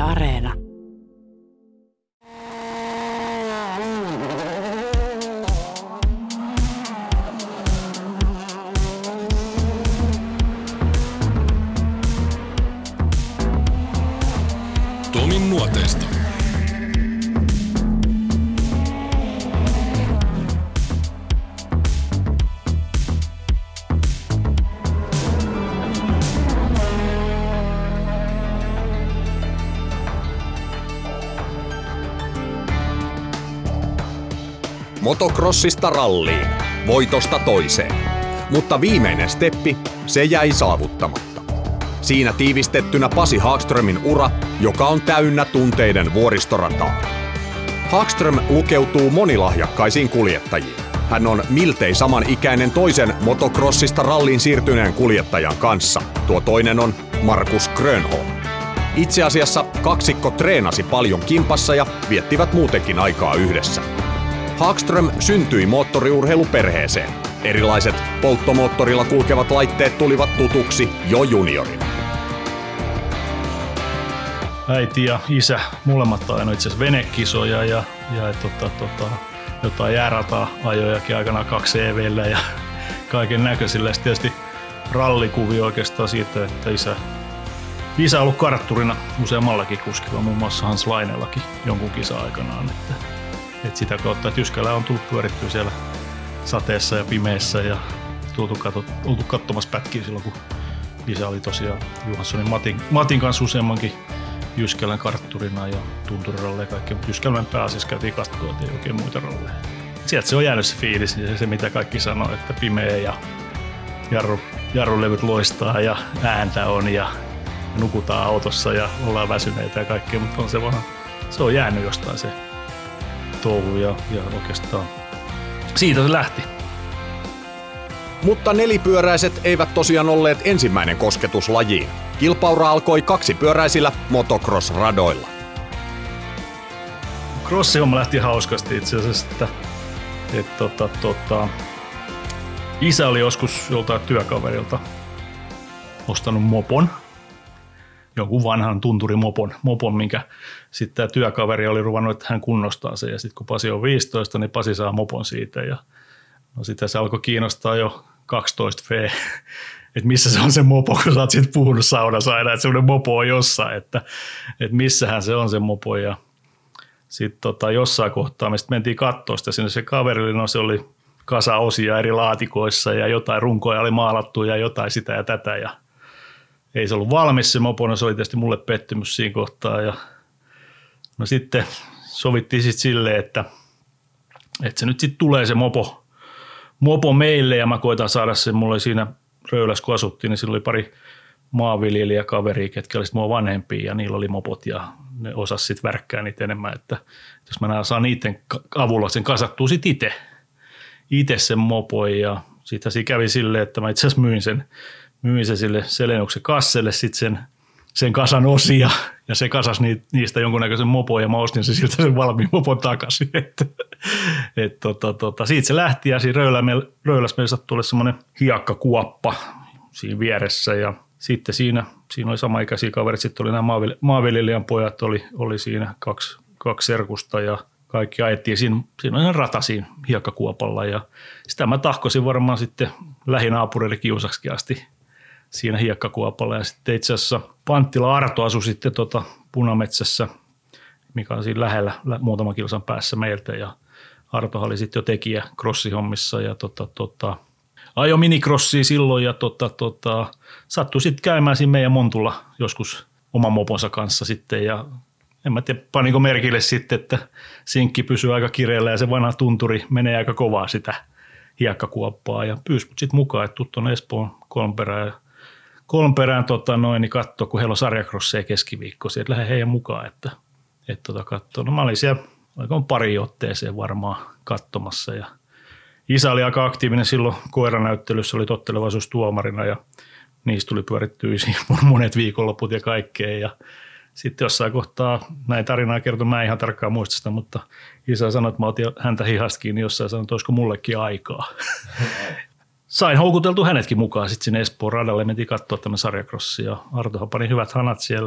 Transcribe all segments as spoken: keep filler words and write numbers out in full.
Areena. Tomin nuoteista. Motocrossista ralliin, voitosta toiseen. Mutta viimeinen steppi, se jäi saavuttamatta. Siinä tiivistettynä Pasi Hagströmin ura, joka on täynnä tunteiden vuoristorataa. Hagström lukeutuu monilahjakkaisiin kuljettajiin. Hän on miltei samanikäinen toisen motocrossista ralliin siirtyneen kuljettajan kanssa. Tuo toinen on Markus Grönholm. Itse asiassa kaksikko treenasi paljon kimpassa ja viettivät muutenkin aikaa yhdessä. Hagström syntyi moottoriurheiluperheeseen. Erilaiset polttomoottorilla kulkevat laitteet tulivat tutuksi jo juniorina. Äiti ja isä, molemmat ainoa itse asiassa venekisoja ja, ja tota, tota, jotain jäärata-ajojakin aikanaan kaksi E V:llä ja kaiken näköisillä. Sitten tietysti rallikuvio oikeastaan siitä, että isä, isä on ollut kartturina useammallakin kuskilla, muun muassa Hans Lainellakin jonkun kisa aikanaan. Että, että sitä kautta, että Jyskällä on tullut pyörittyä siellä sateessa ja pimeässä ja tultu katot, oltu katsomassa pätkiä silloin, kun isä oli tosiaan Johanssonin Matin, Matin kanssa useammankin Jyskälän kartturina ja tunturiralleja ja kaikkea, mutta Jyskälän pääasiassa käytiin katkoa, ettei oikein muita ralleja. Sieltä se on jäänyt se fiilis, ja se mitä kaikki sanoo, että pimeä ja jarru, jarrulevyt loistaa ja ääntä on ja nukutaan autossa ja ollaan väsyneitä ja kaikkea, mutta on se vaan, se on jäänyt jostain se touhu ja, ja oikeastaan siitä se lähti. Mutta nelipyöräiset eivät tosiaan olleet ensimmäinen kosketus lajiin. Kilpaura alkoi kaksipyöräisillä motocross-radoilla. Crossihomma lähti hauskasti itse asiassa, että, että tota, tota, isä oli joskus joltain työkaverilta ostanut mopon, jonkun vanhan tunturimopon, mopon, minkä sitten tämä työkaveri oli ruvannut, että hän kunnostaa sen. Ja sitten kun Pasi on viisitoista, niin Pasi saa mopon siitä. Ja no sitä se alkoi kiinnostaa jo kaksitoista V, että missä se on se mopo, kun sä oot siitä puhunut saunassa aina, että semmoinen mopo on jossain, että, että missähän se on se mopo. Ja sitten tota, jossain kohtaa me sitten mentiin katsoa sitä sinne se kaverille, no se oli kasa osia eri laatikoissa ja jotain runkoja oli maalattu ja jotain sitä ja tätä ja ei se ollut valmis se mopo, no se oli tietysti mulle pettymys siinä kohtaa. Ja no sitten sovittiin sitten silleen, että, että se nyt sitten tulee se mopo, mopo meille ja mä koitan saada sen. Mulla oli siinä Röylässä, kun asuttiin, niin silloin oli pari maanviljelijäkaveria, ketkä oli mua vanhempia ja niillä oli mopot ja ne osasi sitten värkkää niitä enemmän. Että jos mä saan niiden avulla sen kasattua sitten itse, itse sen mopon ja siitä siinä kävi silleen, että mä itse asiassa myin sen myin se sille Selenuksen Kasselle sitten sen, sen kasan osia ja se kasasi niistä jonkunnäköisen mopon ja mä ostin se siltä sen valmiin mopon takaisin. Et, et, tota, tota, siitä se lähti ja siinä Röylässä meillä sattui olla semmoinen hiekkakuoppa siinä vieressä ja sitten siinä, siinä oli samaikäisiä kaverit, sitten oli nämä maanviljelijän pojat, oli, oli siinä kaksi, kaksi serkusta ja kaikki ajettiin siinä, siinä oli rata siinä hiekkakuopalla ja sitä mä tahkosin varmaan sitten lähinaapureille kiusaksikin asti siinä hiekkakuopalla. Ja sitten itse asiassa Panttila Arto asui sitten tota Punametsässä, mikä on siinä lähellä muutaman kilsan päässä meiltä. Ja Artohan oli sitten jo tekijä crossihommissa ja tota, tota, ajoi minikrossia silloin ja tota, tota, sattui sitten käymään siinä meidän Montulla joskus oman moponsa kanssa sitten. Ja en mä tiedä, paniko merkille sitten, että sinkki pysyy aika kireellä ja se vanha tunturi menee aika kovaa sitä hiekkakuoppaa. Ja pyysi mut sitten mukaan, että tuu tuonne Espoon kolmperään Kolmperään tota noin, niin katsoi, kun heillä on sarjakrosseja keskiviikko, sieltä lähden heidän mukaan, että, että tota katsoi. No mä olin siellä aika pari otteeseen varmaan katsomassa ja isä oli aika aktiivinen silloin koiranäyttelyssä, oli tottelevaisuustuomarina ja niistä tuli pyörittyä monet viikonloput ja kaikkea ja sitten jossain kohtaa, näin tarinaa kertoi, mä en ihan tarkkaan muista sitä, mutta isä sanoi, että mä otin häntä hihasta kiinni jossain ja sanoi, että olisiko mullekin aikaa. Sain houkuteltu hänetkin mukaan sitten sinne Espoon radalle, mentiin katsoa tämän sarjakrossia ja Artohan pani hyvät hanat siellä ja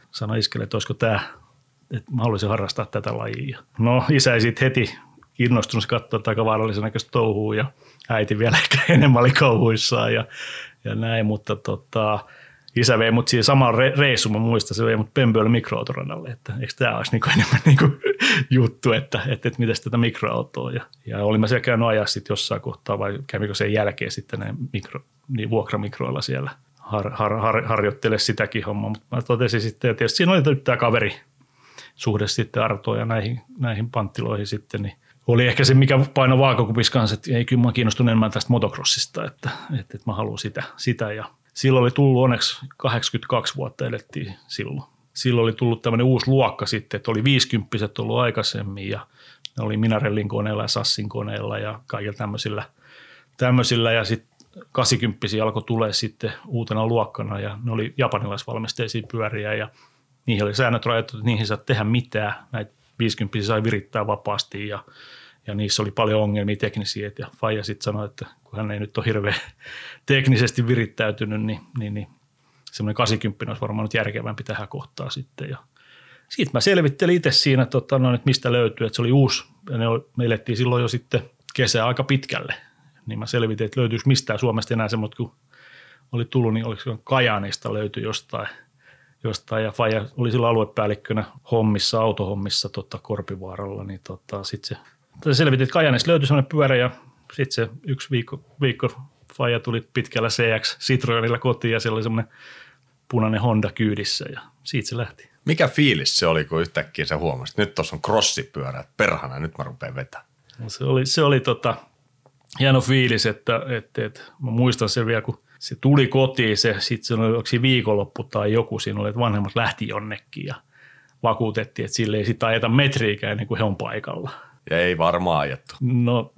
sanoi iskelle, että olisiko tämä, että mä haluaisin harrastaa tätä lajia. No isä ei sitten heti innostunut katsoa aika vaarallisen näköistä touhua ja äiti vielä ehkä enemmän oli kauhuissaan ja, ja näin, mutta tota, isä vei mut siihen samaan re- reissuun, mä muistan, se vei mut Pembölle mikroautoradalle, että eikö tämä olisi niinku enemmän niinku juttu, että, että, että mitäs tätä mikroautoa. Ja, ja olin mä siellä käynyt ajaa sitten jossain kohtaa vai kävikö sen jälkeen sitten ne mikro, niin vuokramikroilla siellä har, har, har, harjoittele sitäkin hommaa, mutta mä totesin sitten, että tietysti siinä oli tämä kaveri suhde sitten Artoon ja näihin, näihin panttiloihin sitten, niin oli ehkä se, mikä paino vaakakupissa kanssa, että ei kyllä mä kiinnostunut enemmän tästä motocrossista, että, että, että mä haluan sitä, sitä. Ja silloin oli tullut onneksi kahdeksankymmentäkaksi vuotta elettiin silloin. Silloin oli tullut tämmöinen uusi luokka sitten, että oli viisikymppiset ollut aikaisemmin ja ne oli Minarellin koneella ja Sassin koneella ja kaikilla tämmöisillä. tämmöisillä ja sitten kahdeksankymppisiä alkoi tulee sitten uutena luokkana ja ne oli japanilaisvalmisteisia pyöriä ja niihin oli säännöt rajoitettu, että niihin saa tehdä mitään. Näitä viisikymppisiä sai virittää vapaasti ja, ja niissä oli paljon ongelmia teknisiä. Ja faija sitten sanoi, että kun hän ei nyt ole hirveän teknisesti virittäytynyt, niin, niin, niin semmoinen kahdeksankymmentä olisi varmaan nyt järkevämpi tähän kohtaan sitten. Ja siitä mä selvittelin itse siinä, tota, no, että mistä löytyy, että se oli uusi. Ja ne oli, me elettiin silloin jo sitten kesää aika pitkälle. Niin mä selvitin, että löytyisi mistään Suomesta enää semmoista, kun oli tullut, niin oliko Kajaanista löytyi jostain. jostain ja faija oli silloin aluepäällikkönä hommissa, autohommissa tota, Korpivaaralla, niin tota, sitten se selvitin, että Kajaanista löytyi semmoinen pyörä ja sitten se yksi viikko, viikko faija tuli pitkällä C X Citroenilla kotiin ja siellä oli semmoinen punainen Honda kyydissä ja siitä se lähti. Mikä fiilis se oli, kun yhtäkkiä sä huomasit, että nyt tuossa on crossipyörä, että perhana, nyt mä rupean vetämään? No, se oli, se oli tota, hieno fiilis, että, että, että mä muistan sen vielä, kun se tuli kotiin, se, sitten se oli, onko viikonloppu tai joku, siinä oli, että vanhemmat lähti jonnekin ja vakuutettiin, että sille ei sitten ajeta metriikään ennen kuin he on paikalla. Ja ei varmaan ajettu. No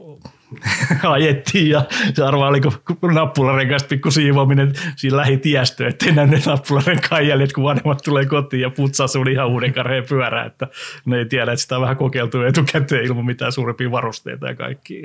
ajettiin ja se arvaa oli kun nappularenkaista pikku siivoaminen siinä lähi tiestö, ettei näy ne nappularenkaan jäljet, kun vanhemmat tulee kotiin ja putsaa se oli ihan uuden karheen pyörä, että ne ei tiedä, että sitä on vähän kokeiltu etukäteen ilman mitään suurempia varusteita ja kaikkia.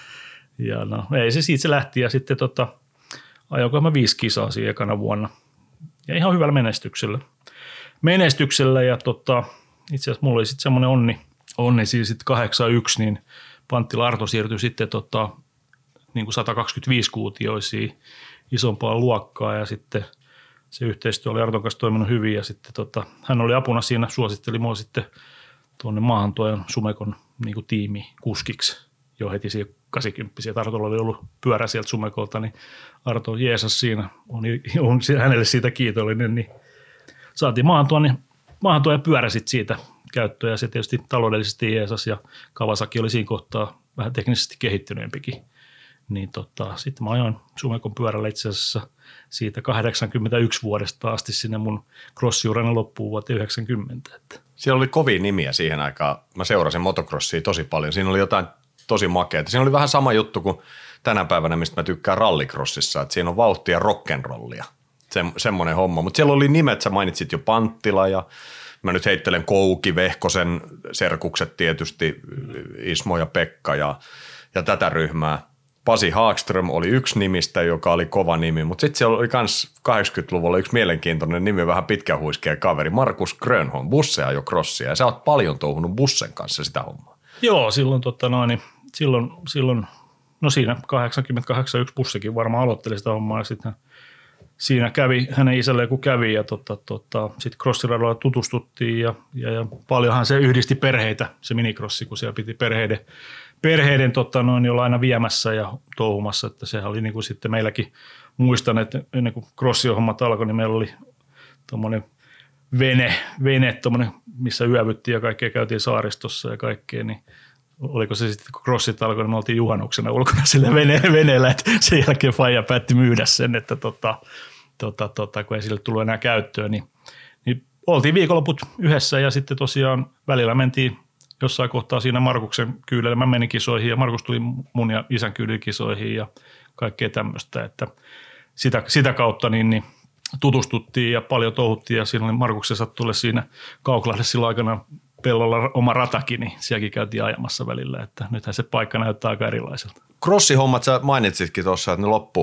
Ja no ei se siitä se lähti ja sitten tota, ajoinkohan mä viisi kisaa siinä ekana vuonna. Ja ihan hyvällä menestyksellä. Menestyksellä ja tota, itse asiassa mulla oli sitten semmoinen onni, onni siinä sitten kahdeksankymmentäyksi, niin Panttila Arto siirtyi sitten tota, niin kuin sata kaksikymmentäviisi kuutioisiin isompaa luokkaa ja sitten se yhteistyö oli Arton kanssa toiminut hyvin ja sitten tota, hän oli apuna siinä, suositteli mua sitten tuonne maahantuojan Sumekon niin kuin tiimi kuskiksi jo heti siihen kahdeksankymmentä. Artolla oli ollut pyörä sieltä Sumekolta, niin Arto jeesas siinä, on, on hänelle siitä kiitollinen, niin saatiin maahantuoja, maahantuoja pyörä sitten siitä käyttöön ja se tietysti taloudellisesti jeesas ja Kawasaki oli siinä kohtaa vähän teknisesti kehittyneempikin. Niin tota, sitten mä ajoin Sumekon pyörällä itse asiassa siitä kahdeksankymmentäyksi vuodesta asti sinne mun crossiurani loppuun vuoteen yhdeksänkymmentä. Että. Siellä oli kovia nimiä siihen aikaan. Mä seurasin motocrossia tosi paljon. Siinä oli jotain tosi makeata. Siinä oli vähän sama juttu kuin tänä päivänä, mistä mä tykkään rallycrossissa, että siinä on vauhtia rock'n'rollia. Se, semmoinen homma. Mutta siellä oli nimet, sä mainitsit jo Panttila ja mä nyt heittelen Kouki, Vehkosen serkukset tietysti, Ismo ja Pekka ja, ja tätä ryhmää. Pasi Hagström oli yksi nimistä, joka oli kova nimi, mutta sitten siellä oli myös kahdeksankymmentäluvulla yksi mielenkiintoinen nimi, vähän pitkähuiskea kaveri, Markus Grönholm, busseja jo crossia, ja sä oot paljon touhunut bussen kanssa sitä hommaa. Joo, silloin, totta noin, niin silloin, silloin, no siinä kahdeksankymmentä kahdeksankymmentäyksi bussikin varmaan aloitteli sitä hommaa, ja sitten siinä kävi, hänen isälleen kun kävi, ja tota, tota, sitten crossiradoilla tutustuttiin, ja, ja, ja paljonhan se yhdisti perheitä, se minicrossi, kun siellä piti perheiden, perheiden tota, noin, olla aina viemässä ja touhumassa, että sehän oli niin kuin sitten meilläkin, muistan, että ennen kuin crossi-hommat alkoi, niin meillä oli tuommoinen vene, vene tommonen, missä yövyttiin ja kaikkea käytiin saaristossa ja kaikkea, niin oliko se sitten, kun crossit alkoi, niin me oltiin juhannuksena ulkona sillä vene, veneellä, että sen jälkeen faija päätti myydä sen, että tota, tota, tota, kun ei sille tullut enää käyttöön, niin, niin oltiin viikonloput yhdessä ja sitten tosiaan välillä mentiin jossain kohtaa siinä Markuksen kyydellä. Mä menin kisoihin ja Markus tuli mun ja isän kyydellä kisoihin ja kaikkea tämmöistä, että sitä, sitä kautta niin, niin tutustuttiin ja paljon touhuttiin ja siinä oli Markuksen sattui siinä Kauklahdessa silloin aikana pellolla oma ratakin, niin sielläkin käytiin ajamassa välillä, että nythän se paikka näyttää aika erilaiselta. Crossihommat sä mainitsitkin tuossa, että ne loppu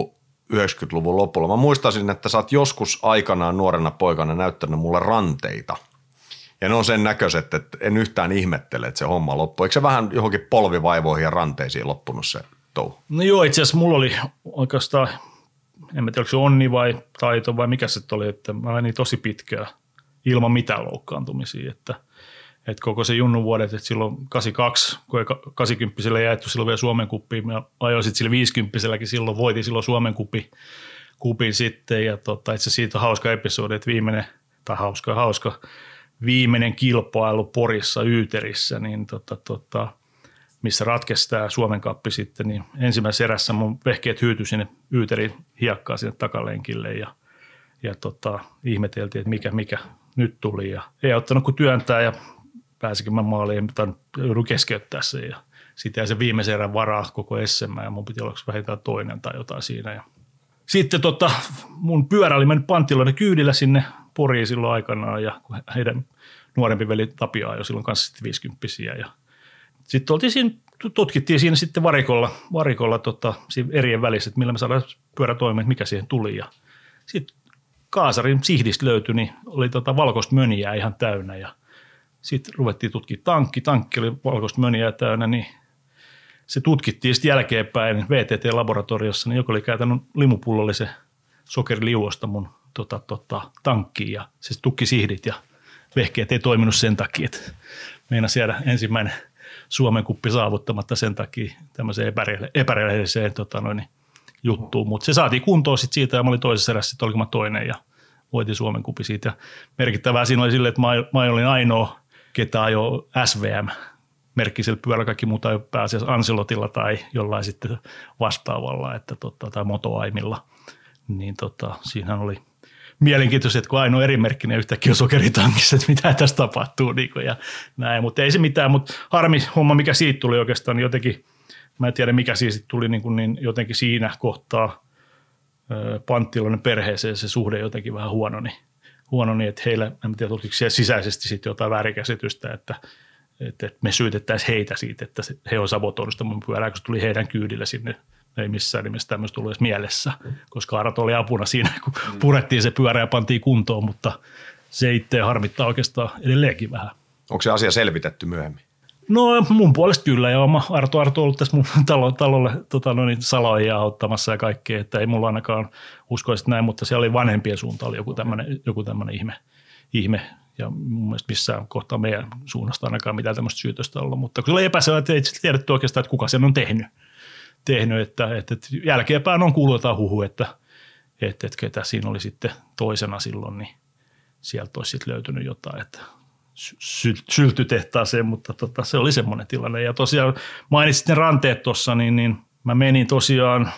yhdeksänkymmentäluvun lopulla. Mä muistaisin, että sä oot joskus aikanaan nuorena poikana näyttänyt mulle ranteita. Ja ne on sen näköiset, että en yhtään ihmettele, että se homma loppui. Eikö se vähän johonkin polvivaivoihin ja ranteisiin loppunut se touhu? No joo, itse asiassa mulla oli oikeastaan, en mä tiedä, oliko se onni vai taito vai mikä se oli, että mä menin tosi pitkään ilman mitään loukkaantumisia, että että koko se junnu vuodet, että silloin kahdeksankymmentäkaksi, kun ei kahdeksankymppiselle jaettu silloin vielä Suomen kuppiin, mä ajoin sitten sillä viisikymppiselläkin silloin, voitin silloin Suomen kupi, kupin sitten, ja tota, itse siitä on hauska episodi, että viimeinen, tai hauska hauska, viimeinen kilpailu Porissa Yyterissä, niin tota, tota, missä ratkesi tämä Suomen kappi sitten, niin ensimmäisessä erässä mun vehkeet hyytyi sinne Yyterin hiekkaan sinne takalenkille, ja, ja tota, ihmeteltiin, että mikä, mikä nyt tuli, ja ei ottanut kuin työntää, ja pääsikin mä maaliin, mutta joudun keskeyttää sen ja sitten se viimeisen erän varaa koko S M ja mun piti olla vähintään toinen tai jotain siinä. Ja sitten tota, mun pyörä oli mennyt panttiloiden kyydillä sinne Poriin silloin aikanaan ja heidän nuorempi veli Tapio ajoi silloin kanssa sitten viisikymppisiä ja sitten oltiin siinä, tutkittiin siinä sitten varikolla, varikolla tota, siinä erien välissä, että millä me saadaan pyörä toimia, mikä siihen tuli ja sitten Kaasarin sihdistä löytyi, niin oli tota valkoista möniää ihan täynnä ja sitten ruvettiin tutkimaan tankki. Tankki oli valkoista möniää täynnä, niin se tutkittiin sitten jälkeenpäin V T T-laboratoriossa, niin joku oli käytänyt limupullollisen sokeriliuosta mun tota, tota, tankkiin ja se tukki sihdit ja vehkeet ei toiminut sen takia, että meinasi jäädä ensimmäinen Suomen kuppi saavuttamatta sen takia tämmöiseen epärehelliseen tota, noin, juttuun, mutta se saatiin kuntoon sitten siitä ja mä olin toisessa erässä, sitten oliko mä toinen ja voitin Suomen kupi siitä. Ja merkittävää siinä oli silleen, että mä olin ainoa, ketä ajoi S V M-merkkisellä pyörällä, kaikki muuta ajoi pääasiassa Anselotilla tai jollain sitten vastaavalla, että tota, tai motoaimilla. Niin tota, siinähän oli mielenkiintoista, että kun ainoa eri merkkinen yhtäkkiä on sokeritankissa, että mitä tässä tapahtuu niin ja näin, mutta ei se mitään, mutta harmi homma, mikä siitä tuli oikeastaan, niin jotenkin, mä en tiedä mikä siitä tuli niin, kuin, niin jotenkin siinä kohtaa Panttiloinen perheeseen se suhde jotenkin vähän huono, niin, huono niin että heillä, en tiedä, tuliko siellä sisäisesti sitten jotain väärinkäsitystä, että, että me syytettäisiin heitä siitä, että he on sabotoinut sitä mun pyörää, kun se tuli heidän kyydillä sinne. Ei missään nimessä tämmöistä tullut edes mielessä, koska Arato oli apuna siinä, kun purettiin se pyörä ja pantiin kuntoon, mutta se itse harmittaa oikeastaan edelleenkin vähän. Onko se asia selvitetty myöhemmin? No mun puolesta kyllä, ja mä Arto Arto ollut tässä mun talo, talolle tota, no niin, salaojia auttamassa ja kaikkea, että ei mulla ainakaan uskoisi näin, mutta siellä oli vanhempien suunta oli joku tämmöinen, joku tämmöinen ihme, ihme, ja mun mielestä missään kohtaa meidän suunnasta ainakaan mitään tämmöistä syytöstä ollut, mutta kun se oli epäselvä, että ei tiedetty oikeastaan, että kuka sen on tehnyt, tehnyt että, että, että jälkeenpäin on kuullut jotain huhua, että, että, että ketä siinä oli sitten toisena silloin, niin sieltä olisi sitten löytynyt jotain, että syltytehtaaseen, mutta tota, se oli semmoinen tilanne. Ja tosiaan mainitsit ne ranteet tuossa, niin, niin mä menin tosiaan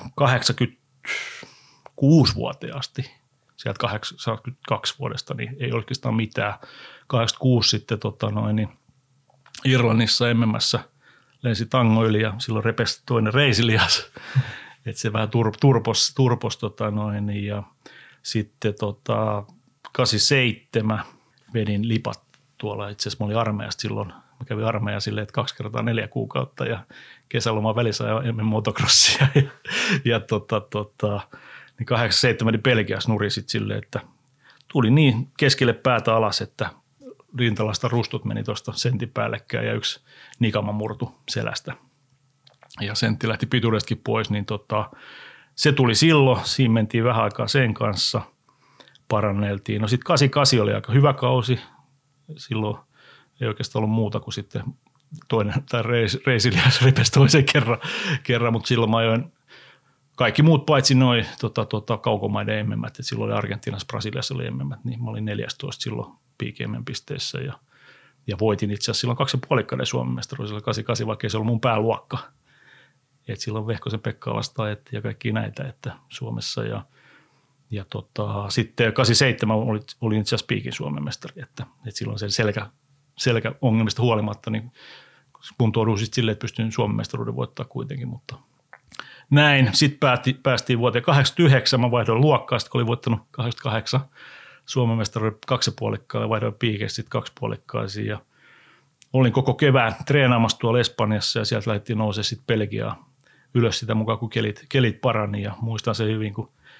kahdeksankymmentäkuusi-vuotiaasti, sieltä kahdeksankymmentäkaksi vuodesta, niin ei oikeastaan mitään. kahdeksankymmentäkuusi sitten tota noin, niin Irlannissa M M:ssä lensi tango yli ja silloin repesi toinen reisilias, että se vähän tur, turpos, turpos tota noin, niin, ja sitten tota, kahdeksankymmentäseitsemän vedin lipat tuolla. Itse asiassa mä olin armeijasta silloin. Mä kävin armeija silleen, että kaksi kertaa neljä kuukautta ja kesäloman välissä ja ennen motocrossia. Ja, ja tota, tota, niin kahdeksankymmentäseitsemän niin Belgiassa nuri sitten silleen, että tuli niin keskelle päätä alas, että rintalasta rustut meni tuosta sentin päällekkäin ja yksi nikama murtu selästä. Ja sentti lähti pituudestakin pois, niin tota, se tuli silloin. Siinä mentiin vähän aikaa sen kanssa. Paranneltiin. No sitten kahdeksankymmentäkahdeksan oli aika hyvä kausi. Silloin ei oikeastaan ollut muuta kuin sitten toinen, tai reis, reisilias ripesi toisen kerran, kerran, mutta silloin mä ajoin kaikki muut paitsi noin tota, tota, kaukomaiden emmemmät, että silloin oli Argentiinassa, Brasiliassa oli emmemmät, niin mä olin neljästoista silloin piikemmen pisteessä ja, ja voitin itse asiassa silloin kaksi puolikkaiden Suomen mestaruudella kahdeksankymmentäkahdeksan, vaikka ei se ollut mun pääluokka. Et silloin Vehkosen Pekka vastaan et, ja kaikki näitä, että Suomessa ja Ja tota, sitten kahdeksankymmentäseitsemän oli, oli itse asiassa piikin Suomen mestari, että, että silloin sen selkä, selkäongelmista huolimatta niin kuntoudui sitten silleen, että pystyin Suomen mestaruuden voittaa kuitenkin, mutta näin. Sitten pääti, päästiin vuoteen kahdeksankymmentäyhdeksän, mä vaihdoin luokkaa, sitten kun olin voittanut kahdeksankymmentäkahdeksan Suomen mestaruuden kaksi puolikkaa ja vaihdoin piikeistä sitten kaksi puolikkaisiin ja olin koko kevään treenaamassa tuolla Espanjassa ja sieltä lähdettiin nousemaan sitten Belgiaan ylös sitä mukaan, kun kelit, kelit parani ja muistan se hyvin, kun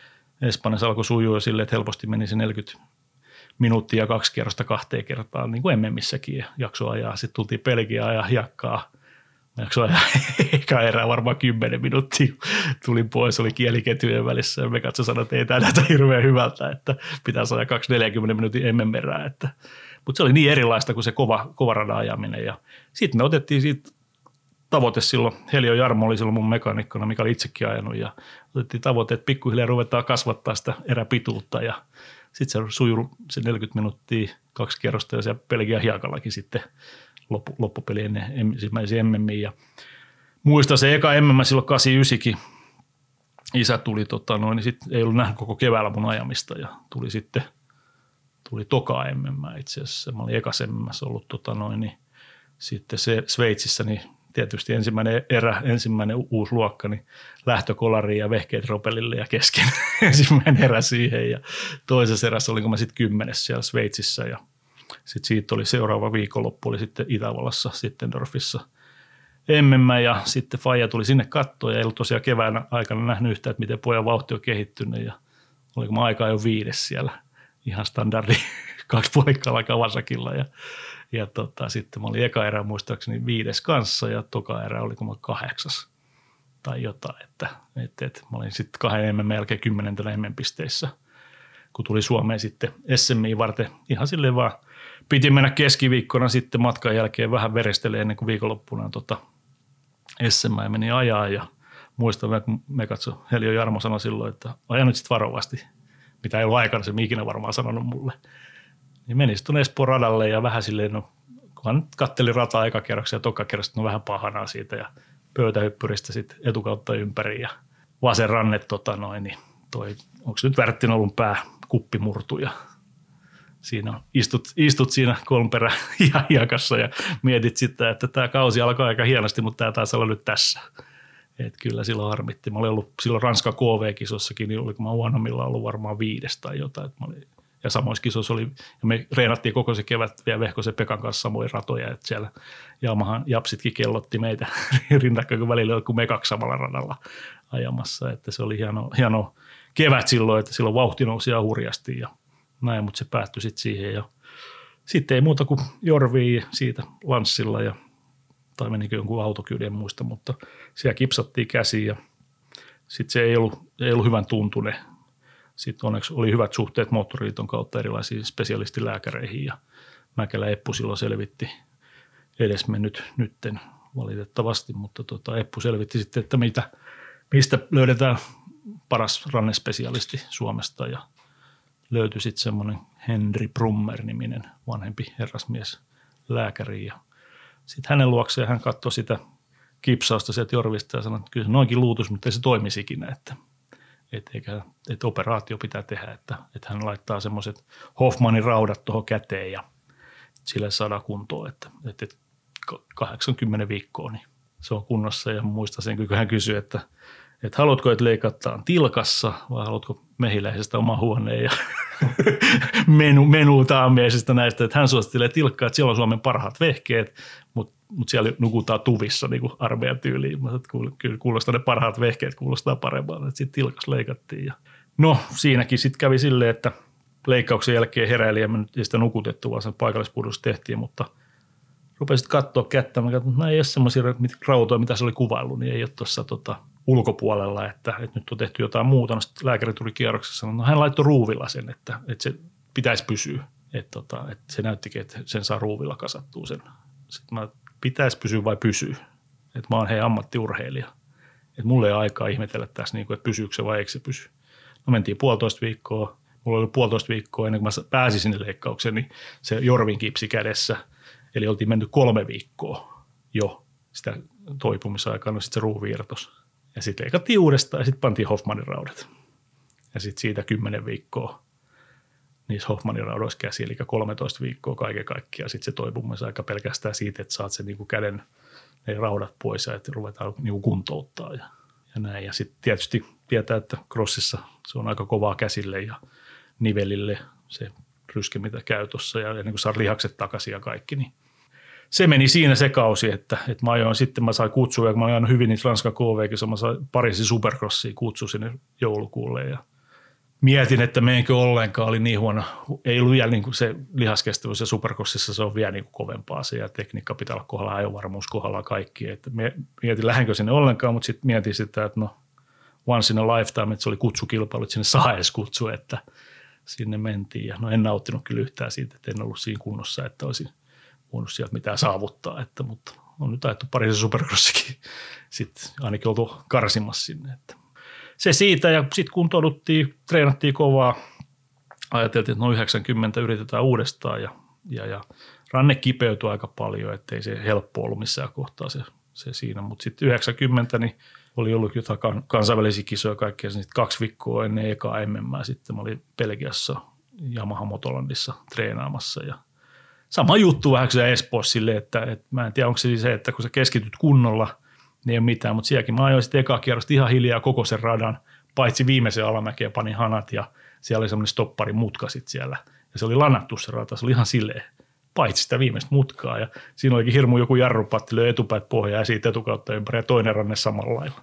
Espanjassa alkoi sujua silleen, että helposti meni se neljäkymmentä minuuttia ja kaksi kierrosta kahteen kertaan, niin kuin M M:ssäkin ja jakso ajaa. Sitten tultiin Belgiaan ja hiekkaa. Jakso ajaa eka erää varmaan kymmenen minuuttia. Tulin pois, oli kieliketjujen välissä ja me katsoin sanoa, että ei tämä näytä hirveän hyvältä, että pitää saada kaksi neljäkymmentä minuutin M M-erää. Mutta se oli niin erilaista kuin se kova, kova radan ajaminen. Ja sitten me otettiin siitä tavoite silloin, Helio Jarmo oli silloin mun mekanikkona, mikä oli itsekin ajanut. Ja otettiin tavoite, että pikkuhiljaa ruvetaan kasvattaa sitä eräpituutta ja sitten se sujui se neljäkymmentä minuuttia, kaksi kierrosta ja siellä Belgian hiekallakin sitten loppu, loppupeli ennen ensimmäisiä M M:iä. Ja muistan se eka M M silloin kahdeksankymmentäyhdeksän. Isä tuli, tota noin, niin sitten ei ollut nähnyt koko keväällä mun ajamista ja tuli sitten, tuli toka M M itse asiassa. Mä olin ekas M M ollut tota noin, niin sitten se Sveitsissä, niin tietysti ensimmäinen erä, ensimmäinen uusi luokka, niin lähtökolariin ja vehkeet ropelille ja kesken ensimmäinen erä siihen. Ja toisessa erässä olinko mä sitten kymmenes siellä Sveitsissä ja sitten siitä oli seuraava viikonloppu, oli sitten Itävallassa, Sittendorfissa M M ja sitten Faija tuli sinne kattoon ja ei ollut tosiaan kevään aikana nähnyt yhtään, että miten pojan vauhti on kehittynyt ja oliko mä aikaa jo viides siellä ihan standardi kaksi puolikkaalla Kawasakilla ja Ja tota, sitten mä olin eka erä muistaakseni viides kanssa ja toka erä oli kun mä kahdeksas tai jotain. Että, et, et, mä olin sitten kahden M M jälkeen kymmenentenä M M-pisteissä, kun tuli Suomeen sitten S Mi:in varten. Ihan silleen vaan piti mennä keskiviikkona sitten matkan jälkeen vähän verestelemään ennen kuin viikonloppuna tota S M meni ajaa. Ja muistan, kun me katso, Helio Jarmo sanoi silloin, että aja nyt sitten varovasti, mitä ei ollut aikana se ikinä varmaan sanonut mulle. Niin meni sitten Espoon radalle ja vähän silleen, no kunhan katteli rataa eka kerroksia ja toka kerrosta, no vähän pahanaa siitä ja pöytähyppyristä sitten etukautta ympäri ja vasen ranne tota noin, niin toi, onko se nyt Värttinolun pää kuppi murtu ja siinä istut, istut siinä kolmperä hiekassa ja mietit sitä, että tämä kausi alkaa aika hienosti, mutta tämä taisi olla nyt tässä. Et kyllä silloin harmitti. Mä olin ollut silloin Ranska K V-kisossakin, niin oliko mä huonommilla ollut varmaan viides tai jotain, että mä olin ja samoissa kisoissa oli, ja me reenattiin koko se kevät vielä Vehkosen Pekan kanssa samoja ratoja, että siellä Yamahan japsitkin kellotti meitä rinnakkain, kun välillä oli kuin me kaksi samalla radalla ajamassa, että se oli hieno, hieno kevät silloin, että silloin vauhti nousi ihan hurjasti ja näin, mutta se päättyi sitten siihen ja sitten ei muuta kuin Jorviin siitä lanssilla ja tai menikö jonkun autokyydin, en muista, mutta siellä kipsattiin käsiin ja sitten se ei ollut, ei ollut hyvän tuntune. Sitten onneksi oli hyvät suhteet Moottoriliiton kautta erilaisiin spesialistilääkäreihin ja Mäkelä Eppu silloin selvitti edesmennyt nytten valitettavasti, mutta tota, Eppu selvitti sitten, että mitä, mistä löydetään paras rannespesialisti Suomesta ja löytyi sitten semmoinen Henri Brummer-niminen vanhempi herrasmies lääkäri ja sitten hänen luokseen hän katsoi sitä kipsausta sieltä Jorvista ja sanoi, että kyllä se noinkin luutus, mutta ei se toimisi ikinä, että Että, eikä, että operaatio pitää tehdä, että, että hän laittaa semmoiset Hoffmanin raudat tuohon käteen ja sille saadaan kuntoon, että, että kahdeksankymmentä viikkoa niin se on kunnossa. Ja muistan sen, kun hän kysyi, että, että haluatko, että leikataan tilkassa vai haluatko mehiläisestä oma huoneen ja menu, menuutaamiaisista näistä. Että hän suosittelee tilkkaa, että siellä on Suomen parhaat vehkeet, mutta mutta siellä nukutaan tuvissa niin kuin armeijan tyyliin. Mä sanoin, että kyllä kuulostaa ne parhaat vehkeet, kuulostaa paremmalta. Sitten tilkas leikattiin. Ja no siinäkin sitten kävi silleen, että leikkauksen jälkeen heräili ja me nyt ei sitä nukutettu, vaan sen paikallispuhdus tehtiin, mutta rupesin katsoa kättä. Mä katsoin, että no ei ole semmoisia rautoja, mitä se oli kuvaillut, niin ei ole tuossa tota, ulkopuolella, että, että nyt on tehty jotain muuta. No sitten lääkäri tuli kierroksessa, no hän laittoi ruuvilla sen, että, että se pitäisi pysyä. Että, tota, että se näyttikin, että sen saa ruuvilla kasattua sen. Sitten mä pitäisi pysyä vai pysyy. Että mä oon hei ammattiurheilija. Että mulla ei ole aikaa ihmetellä tässä, niin kuin, että pysyykö se vai eikö se pysy. No mentiin puolitoista viikkoa. Mulla oli puolitoista viikkoa ennen kuin mä pääsin sinne leikkaukseen, niin se Jorvin kipsi kädessä. Eli oltiin mennyt kolme viikkoa jo sitä toipumisaikana, sitten se ruuvi irtosi. Ja sitten leikattiin uudestaan ja sitten pantiin Hoffmanin raudat. Ja sitten siitä kymmenen viikkoa niissä Hoffmanin raudoissa käsi, eli kolmetoista viikkoa kaiken kaikkiaan. Sitten se toipumisaika pelkästään siitä, että saat sen niinku käden ne raudat pois ja että ruvetaan niinku kuntouttaa ja, ja näin. Ja sitten tietysti tietää, että crossissa se on aika kovaa käsille ja nivelille se ryske, mitä käy tuossa ja ennen kuin saa lihakset takaisin ja kaikki, niin se meni siinä se kausi, että, että mä ajoin sitten, mä sain kutsua, ja mä ajoin hyvin niitä Ranskan K V-kisoissa, mä sain Pariisin Supercrossia kutsu sinne joulukuulle, ja mietin, että meidänkö ollenkaan oli niin huono. Ei ollut vielä niin kuin se lihaskestävyys ja supercrossissa se on vielä niin kuin kovempaa se ja tekniikka pitää olla kohdalla, ajovarmuus kohdalla kaikki. Että mietin, lähdenkö sinne ollenkaan, mutta sitten mietin sitä, että no once in a lifetime, että se oli kutsukilpailu, että sinne saa edes kutsua, että sinne mentiin. Ja no en nauttinut kyllä yhtään siitä, että en ollut siinä kunnossa, että olisin voinut sieltä mitään saavuttaa, että, mutta on nyt ajettu Pariisin supercrossikin sitten ainakin oltu karsimassa sinne, että se siitä ja sitten kuntouduttiin, treenattiin kovaa, ajateltiin, että no yhdeksänkymmentä yritetään uudestaan ja, ja, ja ranne kipeytyi aika paljon, ettei se helppo ollut missään kohtaa se, se siinä, mutta sitten yhdeksänkymmentä niin oli ollut jotain kansainvälisiä kisoja kaikkea, sitten kaksi viikkoa ennen ekaa M M, sitten mä olin Belgiassa Yamaha Motolandissa treenaamassa ja sama juttu vähän kuin se Espoossa silleen, että, että mä en tiedä onko se se, että kun sä keskityt kunnolla, niin ei ole mitään, mutta sielläkin mä ajoin sitten ekaa kierrosta ihan hiljaa koko sen radan, paitsi viimeisen alamäkeen panin hanat ja siellä oli semmoinen stoppari mutka sitten siellä. Ja se oli lanattu se rata, se oli ihan silleen, paitsi sitä viimeistä mutkaa. Ja siinä olikin hirmu joku jarrupatti, löi etupäät pohjaa ja siitä etukautta ympäri ja toinen ranne samalla lailla.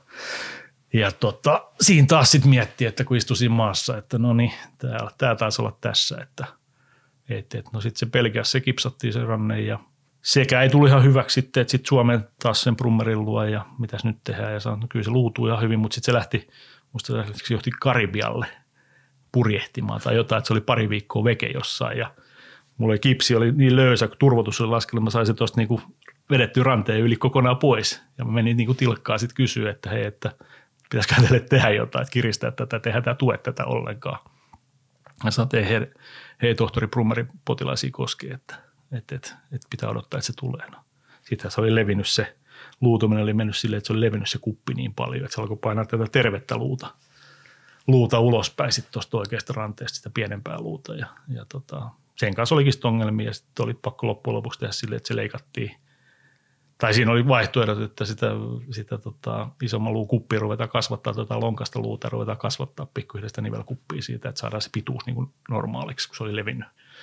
Ja tota, siinä taas sitten miettii, että kun istuisin maassa, että no niin, tämä taisi olla tässä, että et, et, no sitten se Belgiassa se kipsattiin se ranne ja sekä ei tullut ihan hyväksi sitten, että sitten Suomen taas sen Brummerin luo ja mitäs nyt tehdään ja sanoi, no kyllä se luutuu ihan hyvin, mutta sitten se lähti, musta se johti Karibialle purjehtimaan tai jotain, että se oli pari viikkoa veke jossain ja mulla oli kipsi, oli niin löysä, kun turvotus oli laskenut, mä saisin tuosta niinku vedettyä ranteen yli kokonaan pois ja mä menin niinku tilkkaa sitten kysyä, että hei, että pitäisikö teille tehdä jotain, että kiristää tätä, tehdään tämä tue tätä ollenkaan. Mä sanoin, että ei, hei, hei tohtori Brummerin potilaisia koskee, että Että et, et pitää odottaa, että se tulee. No. Sitten se oli levinnyt se, luutuminen oli mennyt silleen, että se oli levinnyt se kuppi niin paljon, että se alkoi painaa tätä tervettä luuta, luuta ulospäin sitten tuosta oikeasta ranteesta sitä pienempää luuta. Ja, ja tota, sen kanssa olikin sitten ongelmia ja sitten oli pakko loppujen lopuksi tehdä silleen, että se leikattiin. Tai siinä oli vaihtoehdot, että sitä, sitä tota, isomman luun kuppia ruvetaan kasvattaa, tota lonkasta luuta ruvetaan kasvattaa pikkuhiljaa sitä nivelkuppia siitä, että saadaan se pituus niin kuin normaaliksi, kun se oli levinnyt.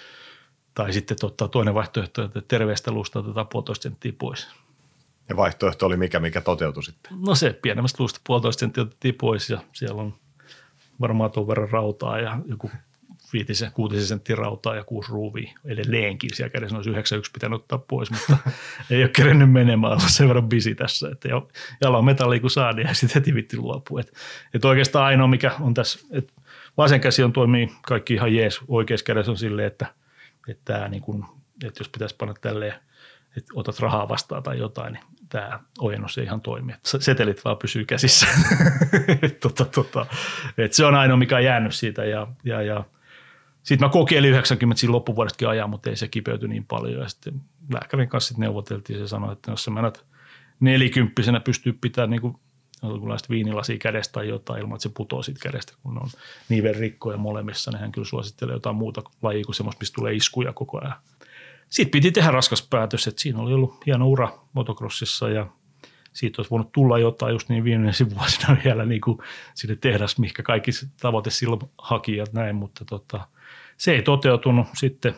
Tai sitten totta, toinen vaihtoehto, että terveestä luusta otetaan puolitoista senttiä pois. Ja vaihtoehto oli mikä, mikä toteutui sitten? No se pienemmästä luusta puolitoista senttiä otettiin pois ja siellä on varmaan tuon verran rautaa ja joku viitisen, kuutisen senttiä rautaa ja kuusi ruuvia edelleenkin. Siellä kädessä olisi yhdeksän yksi pitänyt ottaa pois, mutta ei ole kerennyt menemään, ollut sen verran busy tässä. Että jalo metallia kun saadaan ja sitten heti vitti luopuu. Että et oikeastaan ainoa mikä on tässä, että vasen käsi on toimii kaikki ihan jees, oikeassa kädessä on silleen, että Että, tämä, niin kun, että jos pitäisi panna tälleen, että otat rahaa vastaan tai jotain, niin tämä ojennus ei ihan toimi. Että setelit vaan pysyy käsissä. tota, tota. Että se on ainoa, mikä on jäänyt siitä. Ja, ja, ja. Sitten mä kokeilin yhdeksänkymmentä siinä loppuvuodestakin ajaa, mutta ei se kipeyty niin paljon. Ja sitten lääkärin kanssa sitten neuvoteltiin ja se sanoi, että jos sä menet nelikymppisenä pystyy pitämään niin kuin jonkunlaista viinilasia kädestä tai jotain ilman, että se putoo siitä kädestä, kun on nivelrikkoja molemmissa, niin hän kyllä suosittelee jotain muuta lajia kuin semmoista, mistä tulee iskuja koko ajan. Sitten piti tehdä raskas päätös, että siinä oli ollut hieno ura motocrossissa ja siitä olisi voinut tulla jotain just niin viimeisen vuosina vielä niin kuin sinne tehdas, mihinkä kaikki tavoite silloin hakijat näin, mutta tota, se ei toteutunut sitten.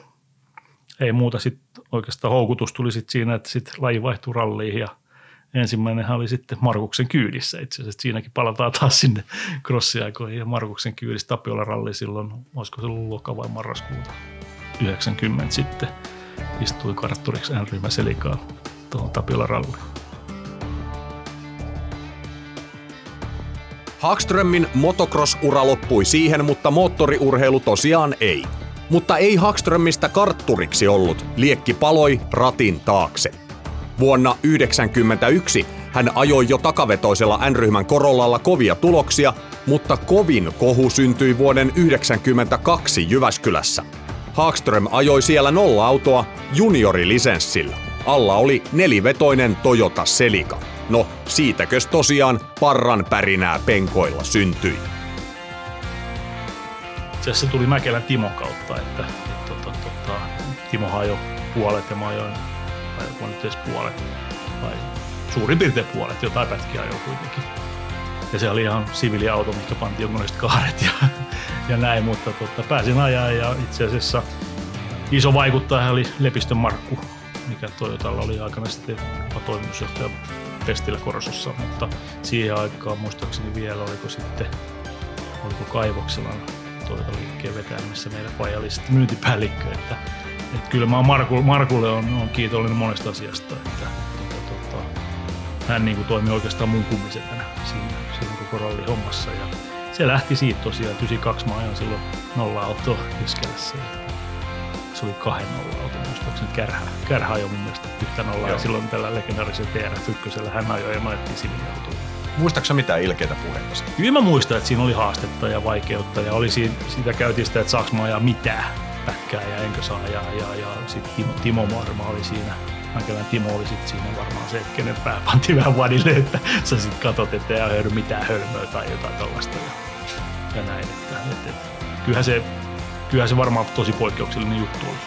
Ei muuta, sitten oikeastaan houkutus tuli sitten siinä, että sitten laji vaihtui ralliin ja ensimmäinenhän oli sitten Markuksen kyydissä itse asiassa. Siinäkin palataan taas sinne crossiaikoihin ja Markuksen kyydissä Tapiola ralli silloin, olisiko se ollut loka vai marraskuuta yhdeksänkymmentä sitten istui kartturiksi N-ryhmä Selikaan tuohon Tapiola ralliin. Hagströmin motocross-ura loppui siihen, mutta moottoriurheilu tosiaan ei. Mutta ei Hagströmistä kartturiksi ollut, liekki paloi ratin taakse. Vuonna yhdeksänkymmentäyksi hän ajoi jo takavetoisella N-ryhmän Corollalla kovia tuloksia, mutta kovin kohu syntyi vuoden yhdeksänkymmentäkaksi Jyväskylässä. Hagström ajoi siellä nolla-autoa juniorilisenssillä. Alla oli nelivetoinen Toyota Celica. No, siitäkös tosiaan parran pärinää penkoilla syntyi. Itse asiassa se tuli Mäkelän Timon kautta, että, että, että, että Timohan ajoi puolet ja mä ajoin vai nyt edes puolet, tai suurin piirtein puolet, jotain pätkiä ajoi kuitenkin. Ja se oli ihan siviiliauto, mikä pantiin jonkunlaiset kahdet ja, ja näin, mutta totta, pääsin ajaa ja itse asiassa iso vaikuttaja oli Lepistön Markku, mikä Toyotalla oli aikana sitten toimitusjohtaja Pestillä Korsossa, mutta siihen aikaan muistaakseni vielä oliko sitten, oliko Kaivokselan Toyota-liikkeen vetäjä, missä meidän faija oli sitten myyntipäällikkö. Että, että kyllä mä Marku, Markulle on, on kiitollinen monesta asiasta. Että, että, että, hän niin kuin toimi oikeastaan mun kummisetänä siinä, siinä koko rallihommassa. Ja se lähti siitä tosiaan, yhdeksänkymmentäkaksi mä ajan silloin nolla-autoa Jyskälässä. Se oli kahden nolla-auto, muistaakseni Kärhä. Kärhä ajoi mun mielestä yhtä nollaa ja silloin tällä legendaarisen T R F yksi hän ajoi ja me ajettiin siviiliautolla. Muistaaksä mitään ilkeitä puheita? Kyllä mä muistan, että siinä oli haastetta ja vaikeutta ja oli siinä, siitä käytiin sitä, että saaks mä ajaa mitään pätkää ja enkö saa ajaa. Ja, ja sitten Timo, Timo varmaan oli siinä, Mäkelän Timo oli sitten siinä varmaan se, että kenen pää panti vähän vadille, että sä sitten katot, että ei höydy mitään hölmöä tai jotain tällaista ja, ja näin. Että, että, että, kyllähän, se, kyllähän se varmaan tosi poikkeuksellinen juttu oli.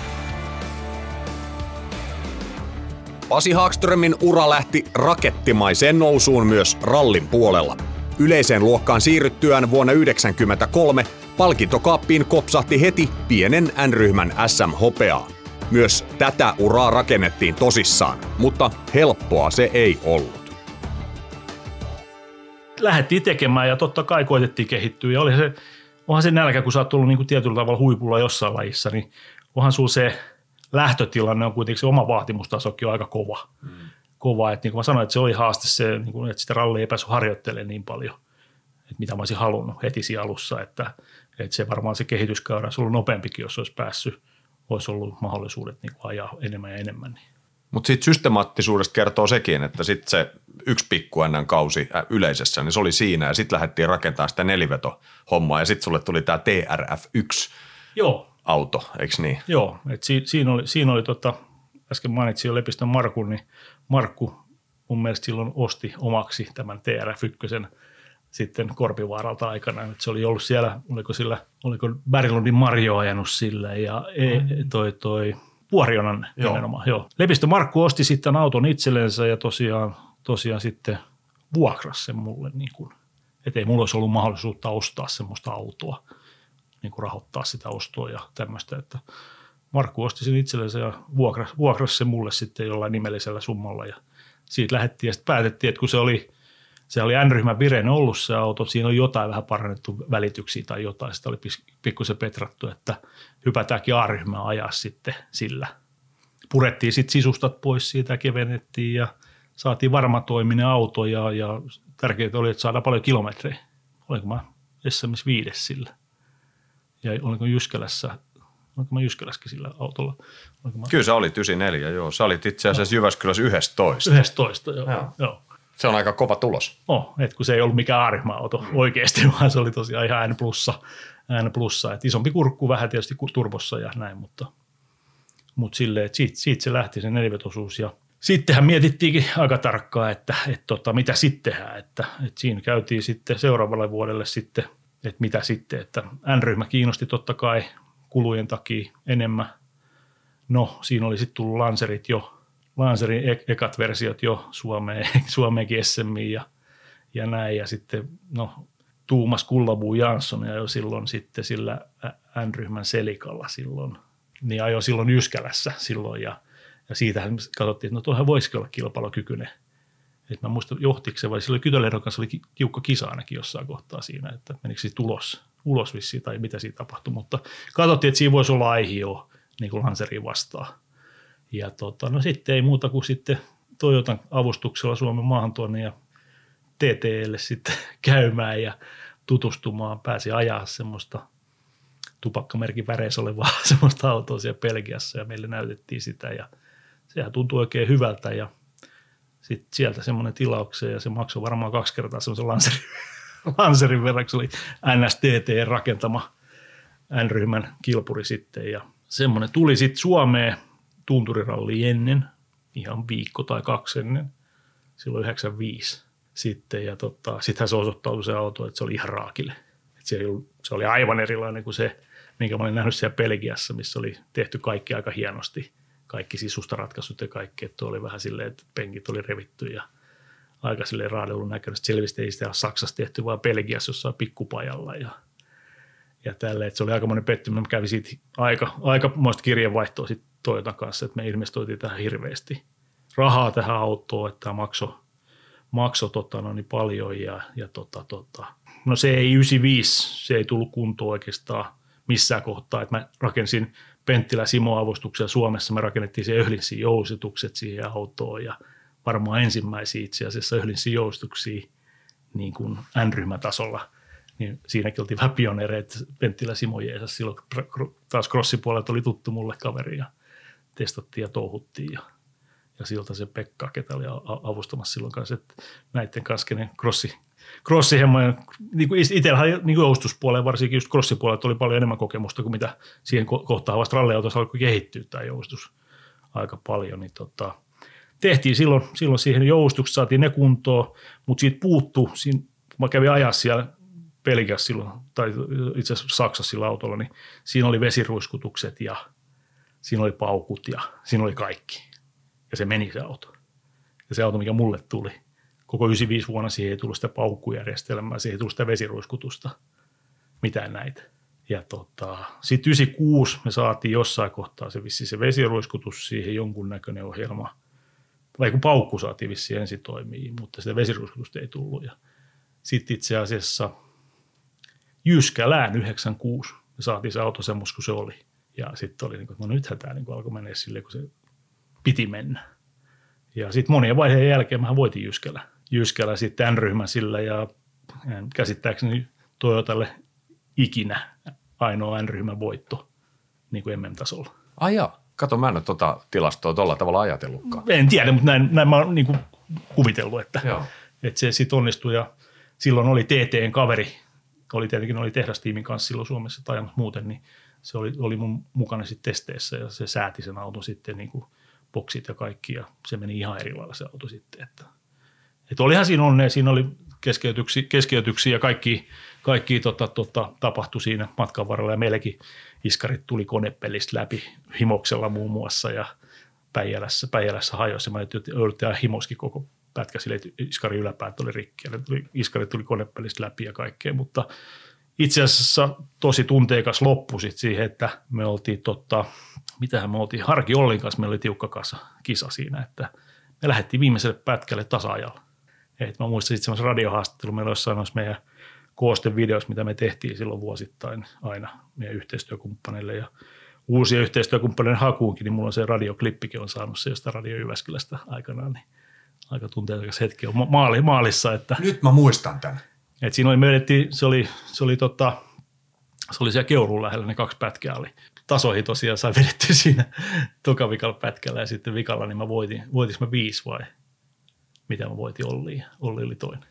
Pasi Hagströmin ura lähti rakettimaiseen nousuun myös rallin puolella. Yleiseen luokkaan siirryttyään vuonna yhdeksänkymmentäkolme palkintokaappiin kopsahti heti pienen N-ryhmän S M-hopeaa. Myös tätä uraa rakennettiin tosissaan, mutta helppoa se ei ollut. Lähdettiin tekemään ja totta kai koitettiin kehittyä. Ja oli se, onhan se nälkä, kun sä oot tullut niin kuin tietyllä tavalla huipulla jossain lajissa, niin onhan sulla se lähtötilanne on kuitenkin se oma vaatimustasokin on aika kova. Mm. kova. Että niin kuin mä sanoin, että se oli haaste se, niin kuin, että sitä rallia ei päässyt harjoittelemaan niin paljon, että mitä mä olisin halunnut heti siinä alussa. Että, että se varmaan se kehityskäyrä olisi ollut nopeampikin, jos olisi päässyt, olisi ollut mahdollisuudet niin kuin ajaa enemmän ja enemmän. Niin. Mutta siitä systemaattisuudesta kertoo sekin, että sitten se yksi pikku ennen kausi yleisessä, niin se oli siinä ja sitten lähdettiin rakentamaan sitä nelivetohommaa ja sitten sulle tuli tämä T R F yksi. Joo. Auto, eikö niin? Joo, että si, siinä oli, siinä oli tota, äsken mainitsin jo Lepistön Markun, niin Markku mun mielestä silloin osti omaksi tämän T R F yksi sitten Korpivaaralta aikana. Et se oli ollut siellä, oliko sillä, oliko Berglundin Mario ajanut sillä ja e, toi, toi Vuorionan nimenomaan. Joo. Lepistö Markku osti sitten auton itsellensä ja tosiaan, tosiaan sitten vuokrasi sen mulle, niin kuin, että ei mulla olisi ollut mahdollisuutta ostaa semmoista autoa. Niin kuin rahoittaa sitä ostoa ja tämmöistä, että Markku osti sen itsellensä ja vuokrasi, vuokrasi se mulle sitten jollain nimellisellä summalla ja siitä lähdettiin ja sitten päätettiin, että kun se oli, se oli N-ryhmän vireinen ollut se auto, siinä oli jotain vähän parannettu välityksiä tai jotain, sitä oli pikkusen petrattu, että hypätäänkin A-ryhmään ajaa sitten sillä. Purettiin sitten sisustat pois siitä ja kevennettiin ja saatiin varmatoiminen auto ja, ja tärkeää oli, että saadaan paljon kilometrejä. Oliko mä S M S viisi sillä? Ja oliko Jyskälässä, oliko mä Jyskälässäkin sillä autolla? Mä... Kyllä sä olit yhdeksänkymmentäneljä, joo. Sä olit itse asiassa no. Jyväskylässä yksitoista. yksitoista, joo. joo. joo. Se on aika kova tulos. Oh, että kun se ei ollut mikään A-ryhmäauto mm. oikeasti, vaan se oli tosiaan ihan N plussa. N plussa. Et isompi kurkku vähän tietysti turbossa ja näin, mutta, mutta silleen, että siitä, siitä se lähti se nelivetosuus. Ja sittenhän mietittiinkin aika tarkkaan, että, että, että mitä sitten tehdään. Että, että siinä käytiin sitten seuraavalle vuodelle sitten, että mitä sitten, että N-ryhmä kiinnosti totta kai kulujen takia enemmän. No, siinä oli sitten tullut Lancerit jo, Lancerin ekat versiot jo Suomeen, Suomeenkin S M I ja, ja näin. Ja sitten no, Tuumas Kullabuu Jansson ja jo silloin sitten sillä N-ryhmän Selikalla silloin, niin ajoi silloin Jyskälässä silloin ja, ja siitähän katsottiin, että no tuohan voisikin olla kilpailukykyinen. Et mä muistan, johtiko se vai silloin Kytölehdon kanssa oli tiukka kisa ainakin jossain kohtaa siinä, että menikö siitä ulos, ulos vissiin tai mitä siinä tapahtui, mutta katsottiin, että siinä voisi olla aihio niin kuin Lanceriin vastaan. Ja tota, no sitten ei muuta kuin sitten Toyotan avustuksella Suomen maahantuonne ja T T E:lle sitten käymään ja tutustumaan, pääsi ajaa semmoista tupakkamerkin väreissä olevaa semmoista autoa siellä Belgiassa ja meille näytettiin sitä ja sehän tuntui oikein hyvältä ja sitten sieltä semmoinen tilaukseen ja se maksoi varmaan kaksi kertaa semmoisen Lancerin, Lancerin verran, se oli N S T T rakentama N-ryhmän kilpuri sitten ja semmoinen tuli sitten Suomeen tunturiralli ennen, ihan viikko tai kaksi ennen, silloin yhdeksänkymmentäviisi sitten ja tota, sittenhän se osoittautui se auto, että se oli ihan raakille. Et se, oli, se oli aivan erilainen kuin se, minkä mä olin nähnyt siellä Belgiassa, missä oli tehty kaikki aika hienosti. Kaikki sisustaratkaisut ja kaikki, että oli vähän silleen, että penkit oli revitty ja aika silleen raadelun näköinen. Selvästi ei sitä ole Saksassa tehty, vaan Belgiassa jossain pikkupajalla ja, ja tälleen. Että se oli aikamoinen pettymys. Mä kävin siitä aika, aikamoista kirjeenvaihtoa sitten Toyotan kanssa, että me investoitiin tähän hirveästi rahaa tähän autoon, että tämä maksoi maksoi tota, no, niin paljon ja, ja tota, tota. No se ei yhdeksänkymmentäviisi, se ei tullut kuntoon oikeastaan missään kohtaa, että mä rakensin Penttilä Simo-avustuksella Suomessa, me rakennettiin se Öhlinsin jousitukset siihen autoon ja varmaan ensimmäisiä itse asiassa Öhlinsin joustuksia niin kuin N-ryhmätasolla, niin siinäkin oltiin vähän pioneereita, Penttilä Simo jeesas, silloin taas crossipuolelta oli tuttu mulle kaveri ja testattiin ja touhuttiin ja, ja siltä se Pekka, ketä oli avustamassa silloin kanssa, että näiden kanssa, kenen crossi, crossihemmojen, niin kuin itsellähän niin kuin joustuspuoleen, varsinkin just crossipuolelta oli paljon enemmän kokemusta kuin mitä siihen kohtaan vasta ralliautossa alkoi kehittyä tämä joustus aika paljon, niin tota, tehtiin silloin, silloin siihen joustukset, saatiin ne kuntoon, mutta siitä puuttuu, siinä, mä kävin ajaa siellä Belgiassa silloin, tai itse asiassa Saksassa sillä autolla, niin siinä oli vesiruiskutukset ja siinä oli paukut ja siinä oli kaikki. Ja se meni se auto. Ja se auto, mikä mulle tuli, koko yhdeksänkymmentäviisi vuonna siihen ei tullut sitä paukkujärjestelmää, siihen ei tullut sitä vesiruiskutusta, mitään näitä. Ja tota, sitten yhdeksänkymmentäkuusi me saatiin jossain kohtaa se vissi se vesiruiskutus siihen jonkunnäköinen ohjelma. Vai kun paukku saatiin vissiin ensin toimii, mutta sitä vesiruiskutusta ei tullut. Ja sitten itse asiassa Jyskälään yhdeksänkymmentäkuusi me saatiin se auto semmos kuin se oli. Ja sitten oli, niin kuin, että no nythän tämä niin alkoi mennä silleen, kun se piti mennä. Ja sitten monien vaiheen jälkeen mä voitin Jyskälä. Jyskälä sitten N-ryhmän sillä ja käsittääkseni Toyotalle ikinä ainoa N-ryhmän voitto niin kuin M M-tasolla. Ai jaa. Kato, mä en ole tuota tilastoa tuolla tavalla ajatellutkaan. En tiedä, mutta näin, näin mä oon niin kuin kuvitellut, että, että se sitten onnistui. Ja silloin oli T T:n kaveri, oli tietenkin oli tehdastiimin kanssa silloin Suomessa tai muuten, niin se oli, oli mun mukana sitten testeissä ja se sääti sen auton sitten niin kuin boksit ja kaikki ja se meni ihan eri lailla se auto sitten. Että, että olihan siinä onnea, siinä oli keskeytyksiä, keskeytyksiä ja kaikki, kaikki tota, tota, tapahtui siinä matkan varrella ja meilläkin iskarit tuli konepellistä läpi himoksella muun muassa ja Päijälässä, Päijälässä hajosi. Mä jouduttiin himoskin koko pätkä sille, että iskarin yläpäät oli rikki ja tuli, iskarit tuli konepellistä läpi ja kaikkea, mutta itse asiassa tosi tunteikas loppu sit siihen, että me oltiin, totta, mitähän me oltiin, Harki Ollin kanssa meillä oli tiukka kasa, kisa siinä, että me lähdettiin viimeiselle pätkälle tasa-ajalla. Et mä muistan sitten semmoisen radiohaastattelu, meillä olisi noissa meidän koostevideoissa, mitä me tehtiin silloin vuosittain aina meidän yhteistyökumppaneille ja uusia yhteistyökumppaneiden hakuunkin, niin mulla on se radioklippikin on saanut se jostain Radio Jyväskylästä aikanaan, niin aika tunteikas hetki on maali, maalissa. Että nyt mä muistan tämän. Et siinä oli, me edettiin, se oli, se oli, tota, se oli siellä Keuruun lähellä, ne kaksi pätkää oli. Tasoihin tosiaan sai vedetty siinä toka vikalla pätkällä ja sitten vikalla, niin mä voitin, voitinko mä viisi vai mitä mä voitin Olliin. Olli oli toinen.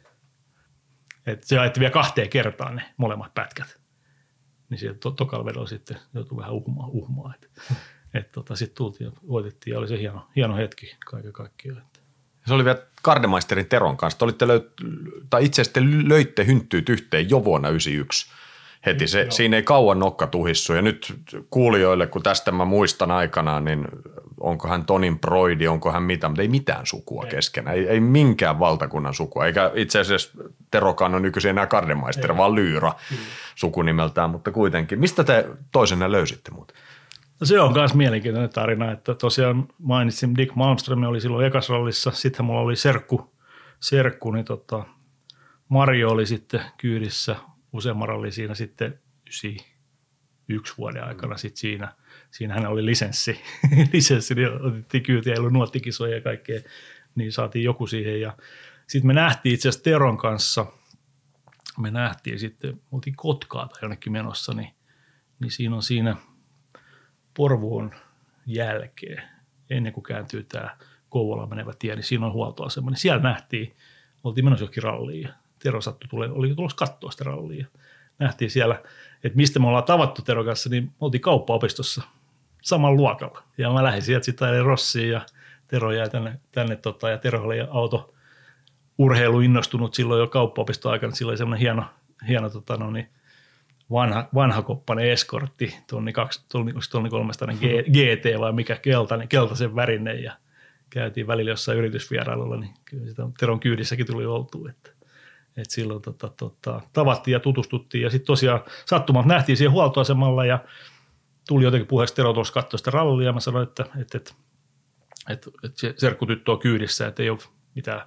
Et se ajetti vielä kahteen kertaan ne molemmat pätkät. Niin siellä to, tokalla vedolla sitten joutui vähän uhmaa. uhmaa. Et, tota, sitten tultiin ja voitettiin ja oli se hieno, hieno hetki kaiken kaikkiaan. Se oli vielä Gardemeisterin Teron kanssa. Te olitte löy- tai itse asiassa te löitte hynttyyt yhteen jo vuonna yhdeksänkymmentäyksi heti. Se, siinä ei kauan nokka tuhissu. Ja nyt kuulijoille, kun tästä mä muistan aikanaan, niin onko hän Tonin broidi, onko hän mitä, mutta ei mitään sukua ei. keskenään. Ei, ei minkään valtakunnan sukua. Eikä itse asiassa Terokaan ole nykyisin enää Gardemeister, vaan Lyra mm. sukunimeltään, mutta kuitenkin. Mistä te toisenne löysitte muuten? No se on myös mielenkiintoinen tarina, että tosiaan mainitsin Dick Malmström oli silloin ekasrallissa, sitten mulla oli serkku, serkku niin tota, Mario oli sitten kyydissä, useamman ralli siinä sitten yhdeksänkymmentäyksi vuoden aikana sitten siinä, siinä hän oli lisenssi, lisenssi niin otettiin kyytiä, ei ollut nuottikisoja ja kaikkea, niin saatiin joku siihen ja sitten me nähtiin itse asiassa Teron kanssa, me nähtiin sitten, me oltiin Kotkaa tai jonnekin menossa, niin, niin siinä on siinä Porvoon jälkeen, ennen kuin kääntyy tämä Kouvolaan menevä tie, niin siinä on huoltoasema. Niin siellä nähtiin, oltiin menossa johonkin ralliin ja Tero sattui tulee, oli tulossa katsoa sitä rallia. Nähtiin siellä, että mistä me ollaan tavattu Teron kanssa, niin me oltiin kauppaopistossa saman luokalla. Ja mä lähdin sieltä sitten ajelin Rossiin ja Tero jäi tänne, tänne tota, ja Tero oli auto urheilu innostunut silloin jo kauppaopiston aikana. Silloin oli semmoinen hieno, hieno tota, no niin, vanha, vanhakoppainen eskortti, tonni, kaksi, tonni, tonni kolmestainen G T vai mikä keltainen, keltaisen värinen ja käytiin välillä jossain yritysvierailulla, niin kyllä sitä Teron kyydissäkin tuli oltua, että, että silloin tota, tota, tavattiin ja tutustuttiin ja sitten tosiaan sattumalta nähtiin siihen huoltoasemalla ja tuli jotenkin puheeksi Tero tuossa katsoa sitä rallia ja mä sanoin, että, että, että, että, että se serkkutyttö on kyydissä, että ei ole mitään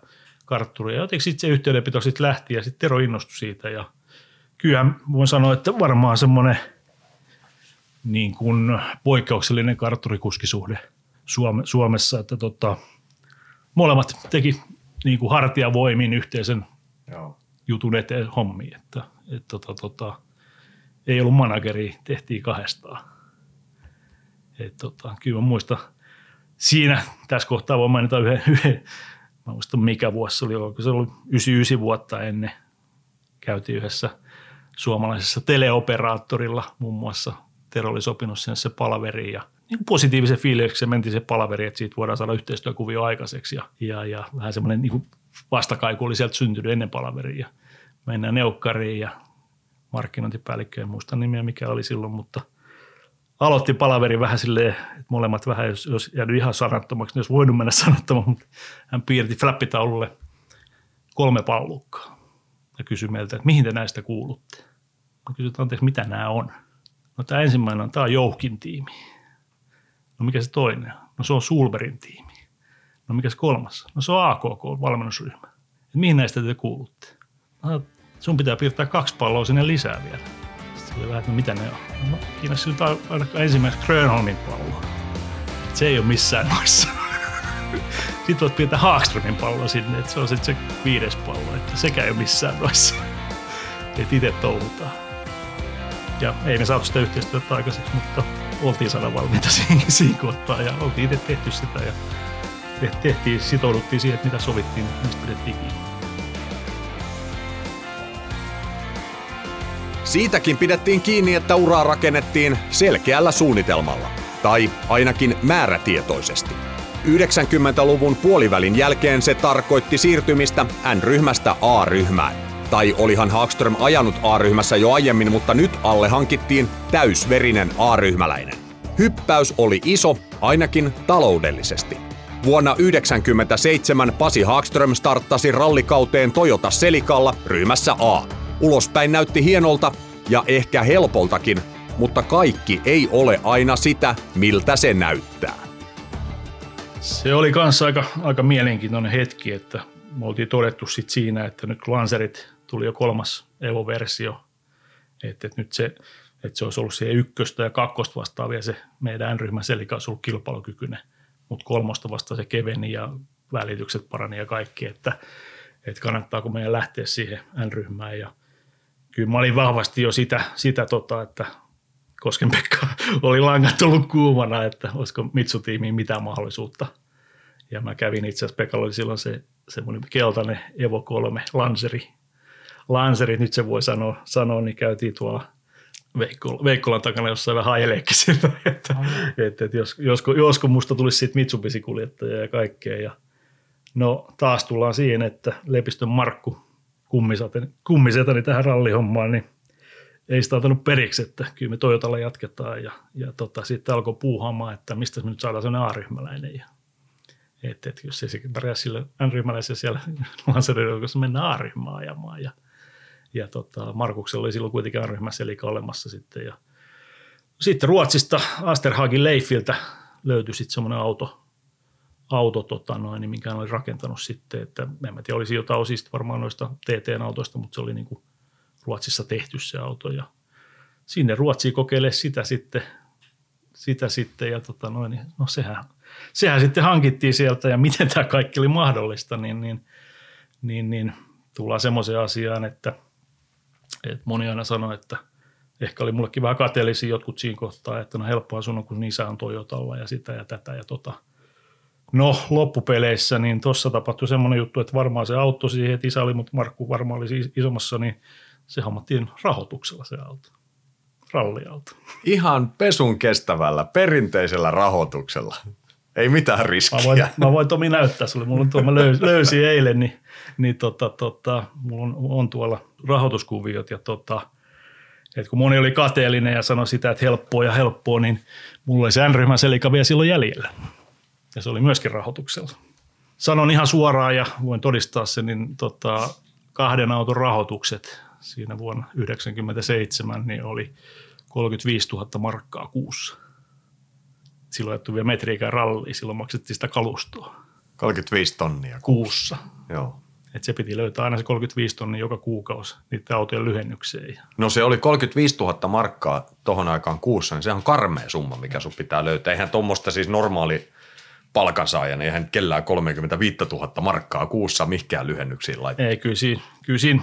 kartturi. Ja jotenkin sitten se yhteydenpito sitten lähti ja sitten Tero innostui siitä. Ja kyllähän voin sanoa, että varmaan semmoinen niin kuin poikkeuksellinen kartturikuskisuhde Suome, Suomessa, että tota, molemmat teki niin kuin hartiavoimin yhteisen Joo. jutun eteen hommiin. Että, et, tota, tota, ei ollut manageria, tehtiin kahdestaan. Et, tota, kyllä mä muistan, siinä tässä kohtaa voi mainita yhden, yhden mä muistan mikä vuosi se oli, kun se oli yhdeksänkymmentäyhdeksän vuotta ennen, käytiin yhdessä suomalaisessa teleoperaattorilla muun muassa. Tero oli sopinut sen se palaveriin ja niin positiivisen fiiliksen mentiin se palaveri, että siitä voidaan saada yhteistyökuvio aikaiseksi ja, ja, ja vähän semmoinen niin vastakaiku oli sieltä syntynyt ennen palaveria. Ja mennään neukkariin ja markkinointipäällikkö, en muista nimeä mikä oli silloin, mutta aloitti palaveri vähän silleen, että molemmat vähän, jos, jos jäänyt ihan sanattomaksi, niin olisi voinut mennä sanattomaksi, mutta hän piirti flappitaululle kolme pallukkaa ja kysyi meiltä, että mihin te näistä kuulutte. Mä kysyin, että anteeksi, mitä nämä on? No tämä ensimmäinen on, tämä on Jouhkin tiimi. No mikä se toinen on? No se on Sulberin tiimi. No mikä se kolmas? No se on A K K-valmennusryhmä. Et mihin näistä te kuulutte? No, sun pitää piirtää kaksi palloa sinne lisää vielä. Sitten oli vähän, että no mitä ne on? No Kiinassa nyt ainakaan ensimmäiseksi Grönholmin palloa. Se ei ole missään noissa. Sitten voit piirtää Haagströmin palloa sinne, että se on sitten se viides pallo. Että sekä ei ole missään noissa. Et itse touhutaan. Ja ei me saatu sitä yhteistyötä aikaiseksi, mutta oltiin saada valmiita siinä kohtaa ja oltiin itse tehty sitä ja tehtiin, sitouduttiin siihen, että mitä sovittiin, mistä pidettiin kiinni. Siitäkin pidettiin kiinni, että uraa rakennettiin selkeällä suunnitelmalla, tai ainakin määrätietoisesti. yhdeksänkymmentäluvun puolivälin jälkeen se tarkoitti siirtymistä N-ryhmästä A-ryhmään. Tai olihan Hagström ajanut A-ryhmässä jo aiemmin, mutta nyt alle hankittiin täysverinen A-ryhmäläinen. Hyppäys oli iso, ainakin taloudellisesti. Vuonna yhdeksänkymmentäseitsemän Pasi Hagström starttasi rallikauteen Toyota Celicalla ryhmässä A. Ulospäin näytti hienolta ja ehkä helpoltakin, mutta kaikki ei ole aina sitä, miltä se näyttää. Se oli kanssa aika, aika mielenkiintoinen hetki, että me oltiin todettu sit siinä, että nyt kun Lancerit tuli jo kolmas Evo-versio, että, että nyt se, että se olisi ollut siihen ykköstä ja kakkosta vastaan vielä se meidän N-ryhmän Celica olisi ollut kilpailukykyinen, mutta kolmosta vastaan se keveni ja välitykset parani ja kaikki, että, että kannattaako meidän lähteä siihen N-ryhmään. Ja kyllä mä olin vahvasti jo sitä, sitä tota, että Kosken Pekka oli langat ollut kuumana, että olisiko Mitsu-tiimiin mitään mahdollisuutta. Ja mä kävin itse asiassa, Pekalla oli silloin se semmoinen keltainen Evo kolme Lanceri. Lancerit, nyt se voi sanoa, sanoa niin käytiin tuolla Veikko, Veikkolan takana jossain vähän ajeleekin sillä, että, oh. että, että jos, josko, josko musta tulisi siitä Mitsubishi-kuljettaja ja kaikkea. Ja no taas tullaan siihen, että Lepistön Markku kummisetani tähän rallihommaan, niin ei sitä antanut periksi, että kyllä me Toyotalla jatketaan ja, ja tota, sitten alkoi puuhaamaan, että mistä me nyt saadaan sellainen A-ryhmäläinen. Ja, että, että jos ei se pärjää sillä N-ryhmäläisellä siellä Lancerilla, mennään A-ryhmään ajamaan. Ja, ja tota, Markuksella oli silloin kuitenkin A-ryhmä Celica olemassa sitten. Ja sitten Ruotsista Asterhagin Leifiltä löytyi sitten semmoinen auto, auto tota noin, minkä hän oli rakentanut sitten, että en mä tiedä, olisi jotain osista varmaan noista T T-autoista, mutta se oli niin kuin Ruotsissa tehty se auto ja sinne Ruotsiin kokeilee sitä sitten, sitä sitten ja tota noin, no sehän, sehän sitten hankittiin sieltä ja miten tämä kaikki oli mahdollista, niin, niin, niin, niin tullaan semmoiseen asiaan, että, että moni aina sanoi, että ehkä oli mullekin vähän kateellisia jotkut siinä kohtaa, että no helppoa sun on, kun isä on Toyotalla ja sitä ja tätä ja tota. No loppupeleissä niin tuossa tapahtui semmoinen juttu, että varmaan se auto siihen, että isä oli, mutta Markku varmaan oli isommassa, niin se hommattiin rahoituksella se auto, ralliauto. Ihan pesun kestävällä, perinteisellä rahoituksella. Ei mitään riskiä. Mä voin, mä voin Tomi näyttää sulle. Mulla on tuolla, mä löysin, löysin eilen, niin, niin tota, tota, mulla on, on tuolla rahoituskuviot. Ja tota, et kun moni oli kateellinen ja sanoi sitä, että helppoa ja helppoa, niin mulla oli se N-ryhmän Celica vielä silloin jäljellä. Ja se oli myöskin rahoituksella. Sanon ihan suoraan ja voin todistaa sen, niin tota, kahden auton rahoitukset siinä vuonna yhdeksänkymmentäseitsemän niin oli kolmekymmentäviisituhatta markkaa kuussa. Silloin ei vielä metriikään rallia, silloin maksettiin sitä kalustoa. kolmekymmentäviisi tonnia kuussa. Joo. Että se piti löytää aina se kolmekymmentäviisi tonnia joka kuukausi niiden autojen lyhennykseen. No se oli kolmekymmentäviisituhatta markkaa tohon aikaan kuussa, niin se on karmea summa, mikä sun pitää löytää. Eihän tuommoista siis normaali palkansaaja, niin eihän kellään kolmekymmentäviisituhatta markkaa kuussa mihinkään lyhennyksiin laittaa. Ei, kyllä siinä, kyllä siinä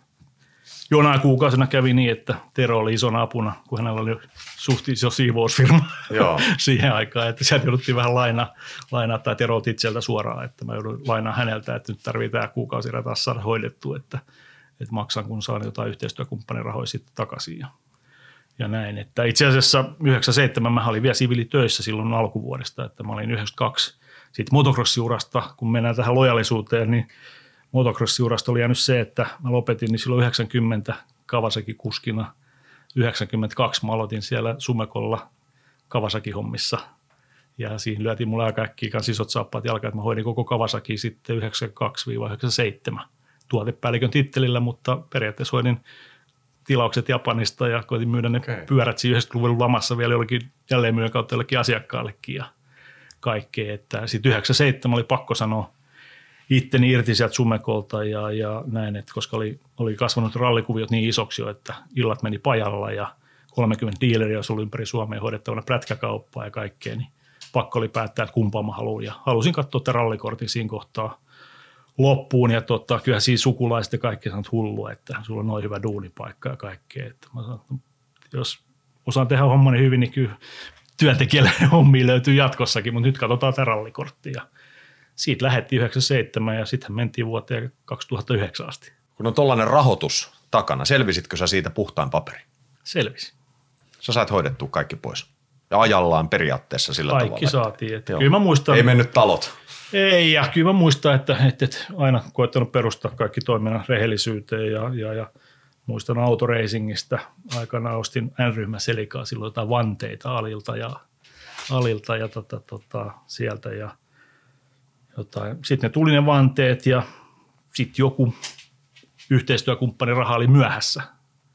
jonain kuukausina kävi niin, että Tero oli isona apuna, kun hänellä oli suht iso siivousfirma siihen aikaan, että sieltä jouduttiin vähän lainaa, lainaa tai Tero otti itseltä suoraan, että mä joudun lainaa häneltä, että nyt tarvii tämä kuukausierä taas saada hoidettua, että, että maksan, kun saan jotain yhteistyökumppanin rahoja sitten takaisin ja, ja näin. Että itse asiassa yhdeksänkymmentäseitsemän mä olin vielä siviilitöissä silloin alkuvuodesta, että mä olin yhdeksänkymmentäkaksi sitten motocrossiurasta, kun mennään tähän lojallisuuteen, niin motocrossiurasta oli jäänyt se, että mä lopetin niin silloin yhdeksänkymmentä Kawasaki-kuskina. yhdeksänkymmentäkaksi mä aloitin siellä Sumekolla Kawasaki-hommissa. Ja siinä lyötiin mulle aika äkkiä kanssa isot saappaat jalkaan, että mä hoidin koko Kawasaki sitten yhdeksänkymmentäkaksi yhdeksänkymmentäseitsemän tuotepäällikön tittelillä, mutta periaatteessa hoidin tilaukset Japanista ja koitin myydä ne okay. pyörät siinä yhdeksänkymmentäluvun lamassa vielä jollekin jälleenmyyjän kautta jollekin asiakkaallekin ja kaikkea. Sitten yhdeksänkymmentäseitsemän oli pakko sanoa itteni irti sieltä Sumekolta ja, ja näin, että koska oli, oli kasvanut rallikuviot niin isoksi jo, että illat meni pajalla ja kolmekymmentä dealeria oli ympäri Suomea hoidettavana prätkäkauppaa ja kaikkea, niin pakko oli päättää, että kumpaa mä haluan. Ja halusin katsoa tämän rallikortin siinä kohtaa loppuun ja tota, kyllä siinä sukulaiset ja kaikki sanot hullua, että sulla on noin hyvä duunipaikka ja kaikkea. Että mä sanon, että jos osaan tehdä hommani hyvin, niin kyllä työntekijälle hommia löytyy jatkossakin, mutta nyt katsotaan tämä rallikortti ja siitä lähdettiin yhdeksänkymmentäseitsemän ja sitten mentiin vuoteen kaksituhattayhdeksän asti. Kun on tollainen rahoitus takana, selvisitkö sä siitä puhtaan paperin? Selvisin. Sä sait hoidettua kaikki pois. Ja ajallaan periaatteessa sillä kaikki tavalla. Kaikki saatiin. Että kyllä mä muistan, ei mennyt talot. Ei, ja kyllä mä muistan, että, että, että aina koettanut perustaa kaikki toiminnan rehellisyyteen ja, ja, ja muistan autoreisingistä. Aikana ostin N-ryhmän Selikaa silloin jotain vanteita Alilta ja, Alilta ja tota, tota, sieltä ja sitten ne tuli ne vanteet ja sitten joku yhteistyökumppanin raha oli myöhässä.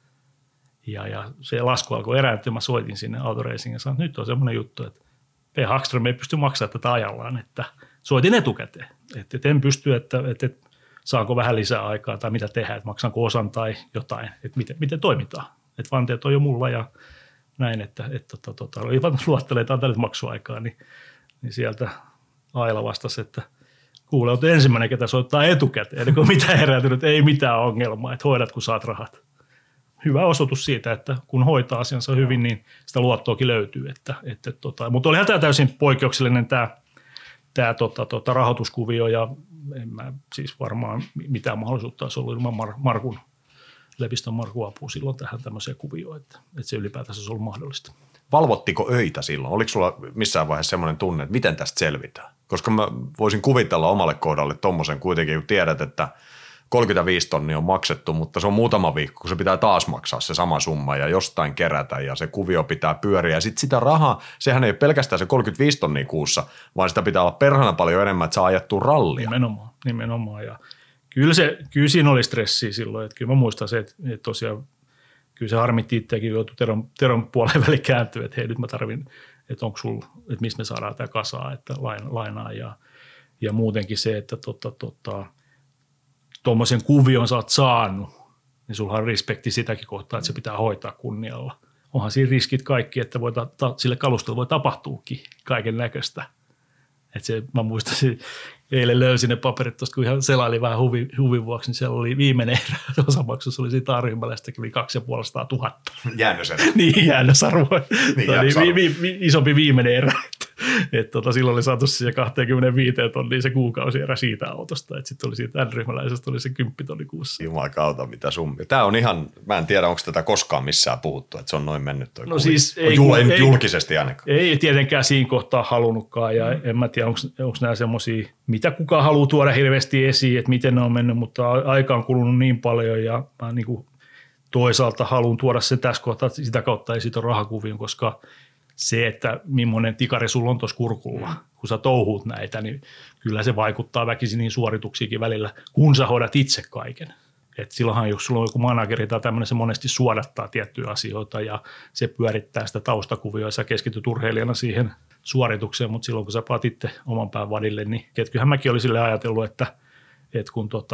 Ja, ja se lasku alkoi erääntyä. Mä soitin sinne Autoreisingin ja sanoin, että nyt on semmoinen juttu, että P. Hagström ei pysty maksamaan tätä ajallaan. Että soitin etukäteen, että, että en pysty, että, että, että saanko vähän lisää aikaa tai mitä tehdään, että maksanko osan tai jotain, että miten, miten toimitaan. Että vanteet on jo mulla ja näin, että, että tota, tota, oli luottelee, että antaa nyt maksuaikaa, niin, niin sieltä Aila vastasi, että kuule, olet ensimmäinen, ketä soittaa etukäteen, ennen kuin mitään herätynyt, ei mitään ongelmaa, että hoidat, kun saat rahat. Hyvä osoitus siitä, että kun hoitaa asiansa hyvin, niin sitä luottoakin löytyy. Että, että, tota, mutta olihan tämä täysin poikkeuksellinen tämä, tämä tota, tota, rahoituskuvio, ja en mä siis varmaan mitään mahdollisuutta olisi ollut ilman Mar- Markun, Lepistön Markun apua silloin tähän tämmöiseen kuvioon, että, että se ylipäätänsä olisi ollut mahdollista. Valvottiko öitä silloin? Oliko sulla missään vaiheessa semmoinen tunne, että miten tästä selvitään? Koska mä voisin kuvitella omalle kohdalle tommosen kuitenkin, kun tiedät, että kolmekymmentäviisi tonnia on maksettu, mutta se on muutama viikko, kun se pitää taas maksaa se sama summa ja jostain kerätä ja se kuvio pitää pyöriä. Ja sitten sitä rahaa, sehän ei ole pelkästään se kolmekymmentäviisi tonnia kuussa, vaan sitä pitää olla perhana paljon enemmän, että saa ajettua rallia. Nimenomaan, nimenomaan. Ja kyllä, se, kyllä siinä oli stressiä silloin, että kyllä mä muistan se, että, että tosiaan kyllä se harmitti itseäkin, joutui Teron, Teron puoleen väliin kääntyä, että hei nyt mä tarvin, että onko sulla, että mistä me saadaan tämä kasaa, että lainaa ja, ja muutenkin se, että tota, tota, tuommoisen kuvion sä oot saanut, niin sulla on respekti sitäkin kohtaa, että se pitää hoitaa kunnialla. Onhan siinä riskit kaikki, että voi ta, ta, sille kalustolle voi tapahtuukin kaiken näköistä. Että se, mä muistan, eilen löysin ne paperit tuosta, kun ihan selaili vähän huvin, huvin vuoksi, niin siellä oli viimeinen osamaksussa, oli siitä A-ryhmällä, ja sitten kaksi ja puolesta tuhatta. Jäännösarvo. niin, jäännösarvo. Niin, oli vi, vi, isompi viimeinen erä. Että tota, silloin oli saatu se kaksikymmentäviisi tonnia se kuukausierä siitä autosta. Sitten oli siitä N-ryhmäläisestä oli se kymmenen tonni kuussa. Jumakauta, mitä summia. Tämä on ihan, mä en tiedä, onko tätä koskaan missään puhuttu, että se on noin mennyt toi no kuvio. siis ei, Jul, ei, ei julkisesti ainakaan. Ei tietenkään siinä kohtaa halunnutkaan ja mm. en mä tiedä, onko nämä semmoisia, mitä kukaan haluaa tuoda hirveästi esiin, että miten ne on mennyt, mutta aika on kulunut niin paljon ja mä niin kuin toisaalta haluan tuoda sen tässä kohtaa, että sitä kautta ei siitä ole rahakuvion, koska se, että millainen tikari sulla on tuossa kurkulla, kun sä touhuut näitä, niin kyllä se vaikuttaa väkisin niin suorituksiinkin välillä, kun sä hoidat itse kaiken. Et silloinhan, jos sulla on joku manageri tai tämmöinen, se monesti suodattaa tiettyjä asioita ja se pyörittää sitä taustakuvioa ja sä keskityt urheilijana siihen suoritukseen, mutta silloin kun sä paat itse oman pään vadille, niin ketkyhän mäkin oli sille ajatellut, että, että kun tota,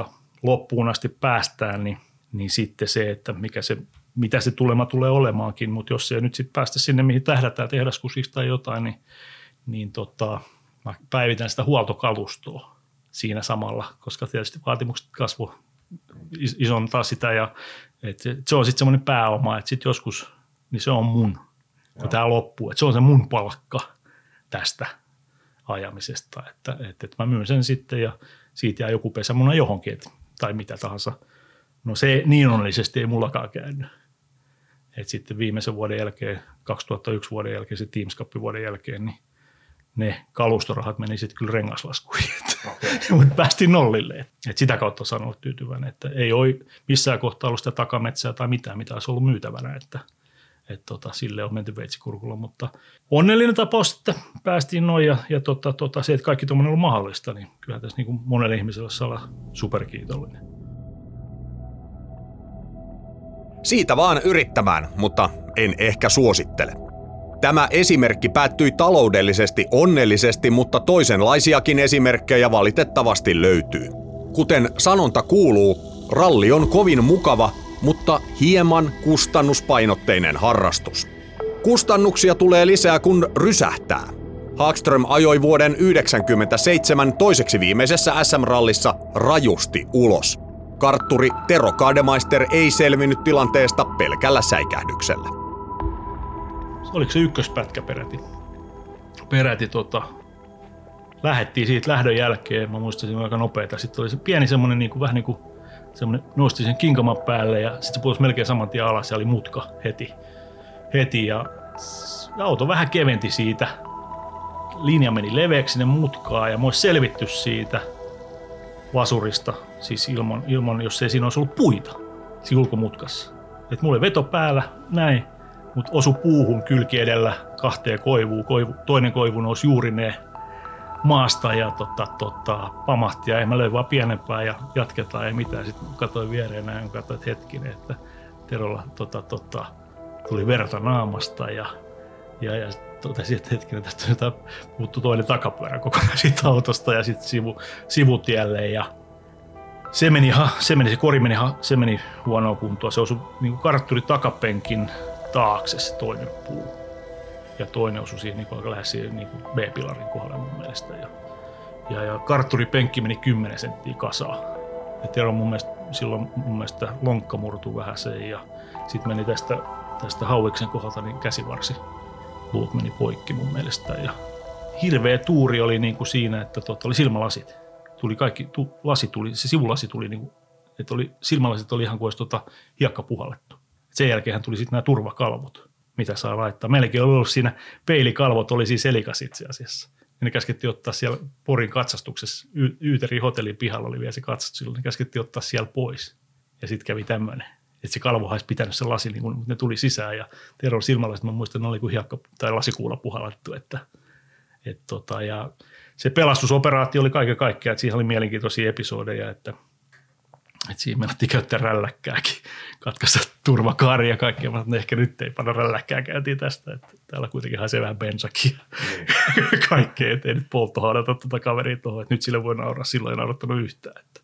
loppuun asti päästään, niin, niin sitten se, että mikä se, mitä se tulema tulee olemaankin, mutta jos ei nyt sitten päästä sinne, mihin tähdätään tehdaskusiksi tai jotain, niin, niin tota, mä päivitän sitä huoltokalustoa siinä samalla, koska tietysti vaatimukset kasvo isontaa sitä ja et se, se on sitten semmoinen pääoma, että sitten joskus niin se on mun, kun tämä loppuu, että se on se mun palkka tästä ajamisesta, että, että, että mä myyn sen sitten ja siitä jää joku pesämuna johonkin et, tai mitä tahansa. No se niin onnellisesti ei mullakaan käynyt. Et sitten viimeisen vuoden jälkeen, kaksituhattayksi vuoden jälkeen, se Teams Cup vuoden jälkeen, niin ne kalustorahat meni sitten kyllä rengaslaskuihin, okay. Mutta päästiin nollille. Et sitä kautta sanoin tyytyväinen, että ei ole missään kohtaa ollut sitä takametsää tai mitään, mitä olisi ollut myytävänä, että et tota, sille on menty veitsikurkulla, mutta onnellinen tapaus, että päästiin noin ja, ja tota, tota, se, että kaikki tuommoinen on ollut mahdollista, niin kyllä tässä niin kuin monelle ihmiselle saa olla superkiitollinen. Siitä vaan yrittämään, mutta en ehkä suosittele. Tämä esimerkki päättyi taloudellisesti onnellisesti, mutta toisenlaisiakin esimerkkejä valitettavasti löytyy. Kuten sanonta kuuluu, ralli on kovin mukava, mutta hieman kustannuspainotteinen harrastus. Kustannuksia tulee lisää, kun rysähtää. Hagström ajoi vuoden yhdeksänkymmentäseitsemän toiseksi viimeisessä S M-rallissa rajusti ulos. Kartturi Tero Gardemeister ei selvinnyt tilanteesta pelkällä säikähdyksellä. Oliko se ykköspätkä peräti? Peräti tota, lähdettiin siitä lähdön jälkeen, mä muistin aika nopeeta. Sitten oli se pieni semmoinen niin kuin, vähän niin kuin semmoinen, nosti sen kinkaman päälle ja sitten se putosi melkein saman tien alas ja oli mutka heti. heti ja auto vähän keventi siitä. Linja meni leveäksi sinne mutkaan ja mä olisi selvitty siitä vasurista, siis ilman, ilman jos ei siinä olisi ollut puita siinä ulkomutkassa. Et mulla oli veto päällä, näin, mutta osu puuhun kylki edellä kahteen koivuun. Koivu, toinen koivu nousi juuri ne maasta ja tota, tota, pamahti ja mä löin vaan pienempää ja jatketaan ei mitään. Sitten katsoin viereen näin ja katsoin, että hetkinen, että Terolla tota, tota, tuli verta naamasta ja, ja, ja totesin, että hetkinen, tästä puuttui toinen takapyörä kokonaan siitä autosta ja sitten sivu, sivutielle ja se meni, se meni, se kori meni, se meni huonoa kuntoa. Se osui niin kartturi takapenkin taakse se toinen puu. Ja toinen osui siihen niin aika lähes siihen niin B-pilarin kohdalle mun mielestä. Ja, ja, ja kartturipenkki meni kymmenen senttiä kasaan. Ja Tero mun mielestä, silloin mun mielestä lonkka murtui vähän sen ja sitten meni tästä, tästä hauiksen kohdalta niin käsivarsi. Luut meni poikki mun mielestä. Ja hirveä tuuri oli niin kuin siinä, että tota, oli silmälasit. Tuli kaikki, tu, lasi tuli, se sivulasi tuli, niin kuin, että oli, silmälasit oli ihan kuin olisi tota, hiekka puhallettu. Sen jälkeen tuli sitten nämä turvakalvot, mitä saa laittaa. Meilläkin oli ollut siinä peilikalvot, oli siis elikas itse asiassa. Ja ne käskettiin ottaa siellä Porin katsastuksessa, y- Yyterin hotellin pihalla oli vielä se katsastus, silloin ne käskettiin ottaa siellä pois. Ja sitten kävi tämmöinen, että se kalvo olisi pitänyt sen lasi, niin kun ne tuli sisään. Ja Teron silmälasit, mä muistan, ne oli kuin hiekka tai lasikuula puhallettu. Että, et tota, ja se pelastusoperaatio oli kaiken kaikkiaan, että siihen oli mielenkiintoisia episodeja, että, että siinä menettiin käyttää rälläkkääkin, katkaista turvakaari ja kaikkea, mutta ehkä nyt ei panna rälläkkää käytiin tästä, että täällä kuitenkin haisee vähän bensakin ja kaikkea, että ei nyt polttohaudata tuota kaveria tuohon, että nyt sille voi nauraa, silloin ei naurattanut yhtään. Että,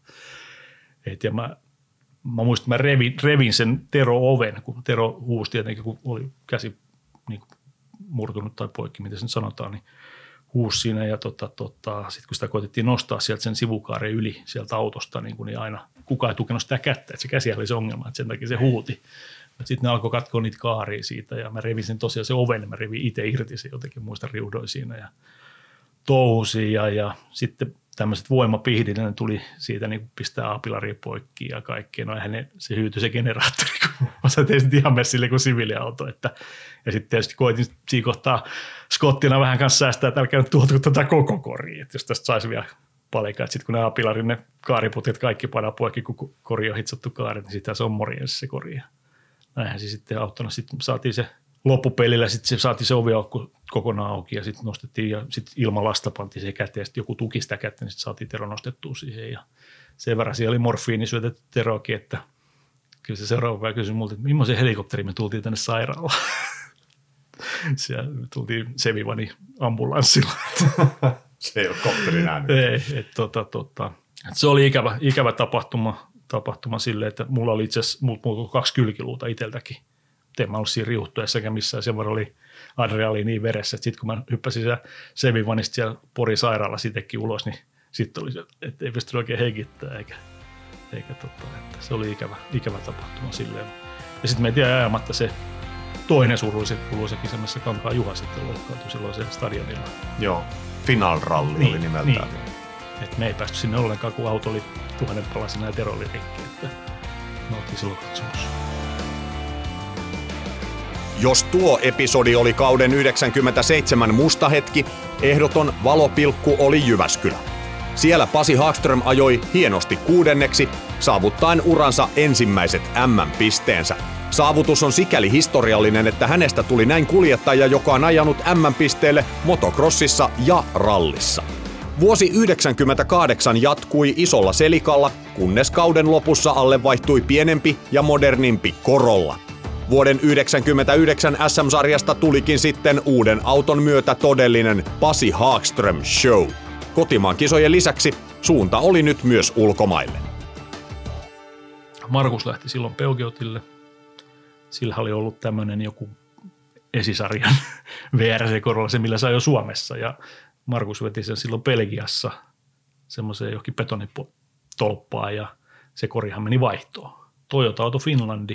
et ja mä, mä muistan, että mä revin, revin sen Tero-oven, kun Tero huusi tietenkin, kun oli käsi niin kuin murtunut tai poikki, miten se nyt sanotaan, niin huusi siinä ja tota, tota, sitten kun sitä koitettiin nostaa sieltä sen sivukaaren yli sieltä autosta, niin, niin aina kukaan ei tukenut sitä kättä, että se käsi oli se ongelma, että sen takia se huuti. Sitten ne alkoi katkoa niitä kaaria siitä ja mä revin sen tosiaan se oven, mä revin itse irti se jotenkin, muista riudoin siinä ja touhusin ja, ja sitten tämmöiset voimapihdit, ne tuli siitä niin pistää A-pilaria poikki ja kaikkea. No eihän ne, se hyytyi se generaattori, kun mä tein sitten ihan messille kuin siviiliauto. Että, ja sitten tietysti koitin siinä kohtaa Scottina vähän kanssa säästää, että älkää nyt tuotu tätä koko koriin, että jos tästä saisi vielä palikaa. Sitten kun ne A-pilarin ne kaariputket kaikki painaa poikki, kun kori on hitsattu kaari, niin sitten se on morjens se kori. Näinhän se sitten auttona. Sitten saatiin se loppupelillä, sitten se saatiin se oviaukko kokonaan auki ja sitten nostettiin ja sitten ilman lasta pantiin se käteen ja sitten joku tuki sitä kättä, niin sitten saatiin Tero nostettua siihen ja sen verran siellä oli morfiini syötetty Teroakin, että kyllä se seuraava päivä kysyi multa, että millaisen helikopteriin me tultiin tänne sairaalaan. Siellä me tultiin Sevivani ambulanssilla. Se ei ole kopteri nähnyt. Ei, että tota, tota, et se oli ikävä, ikävä tapahtuma tapahtuma silleen, että mulla oli itse asiassa mulla kaksi kylkiluuta itseltäkin. En mä ollut siinä riuhtuessakaan missään. Sen verran oli adrenaliini niin veressä, että sitten kun mä hyppäsin siellä Sevivanista siellä Porin sairaalassa itsekin ulos, niin sitten oli se, että ei pystynyt oikein hengittämään eikä, eikä tota, että se oli ikävä, ikävä tapahtuma silleen. Ja sitten me ei tiedä ajamatta se toinen surullisekin missä Kankaan Juha sitten loukkaantui silloin siellä stadionilla. Joo, Final Rally niin, oli nimeltään. Niin. Et me ei päästy sinne ollenkaan, kun auto oli tuhannen palasina ja Tero oli rikki, että me oltiin silloin katsomassa. Jos tuo episodi oli kauden yhdeksänkymmentäseitsemän musta hetki, ehdoton valopilkku oli Jyväskylä. Siellä Pasi Hagström ajoi hienosti kuudenneksi, saavuttaen uransa ensimmäiset äm äm-pisteensä. Saavutus on sikäli historiallinen, että hänestä tuli näin kuljettaja, joka on ajanut äm äm-pisteelle motocrossissa ja rallissa. Vuosi yhdeksänkymmentäkahdeksan jatkui isolla selikalla, kunnes kauden lopussa alle vaihtui pienempi ja modernimpi Corolla. Vuoden yhdeksänkymmentäyhdeksän äs äm-sarjasta tulikin sitten uuden auton myötä todellinen Pasi Hagström Show. Kotimaan kisojen lisäksi suunta oli nyt myös ulkomaille. Markus lähti silloin Peugeotille. Sillä oli ollut tämmöinen joku esisarjan V R C-korolla, se millä sai jo Suomessa. Ja Markus veti sen silloin Belgiassa semmoiseen johonkin betonitolppaan ja se korihan meni vaihtoon. Toyota Auto Finlandi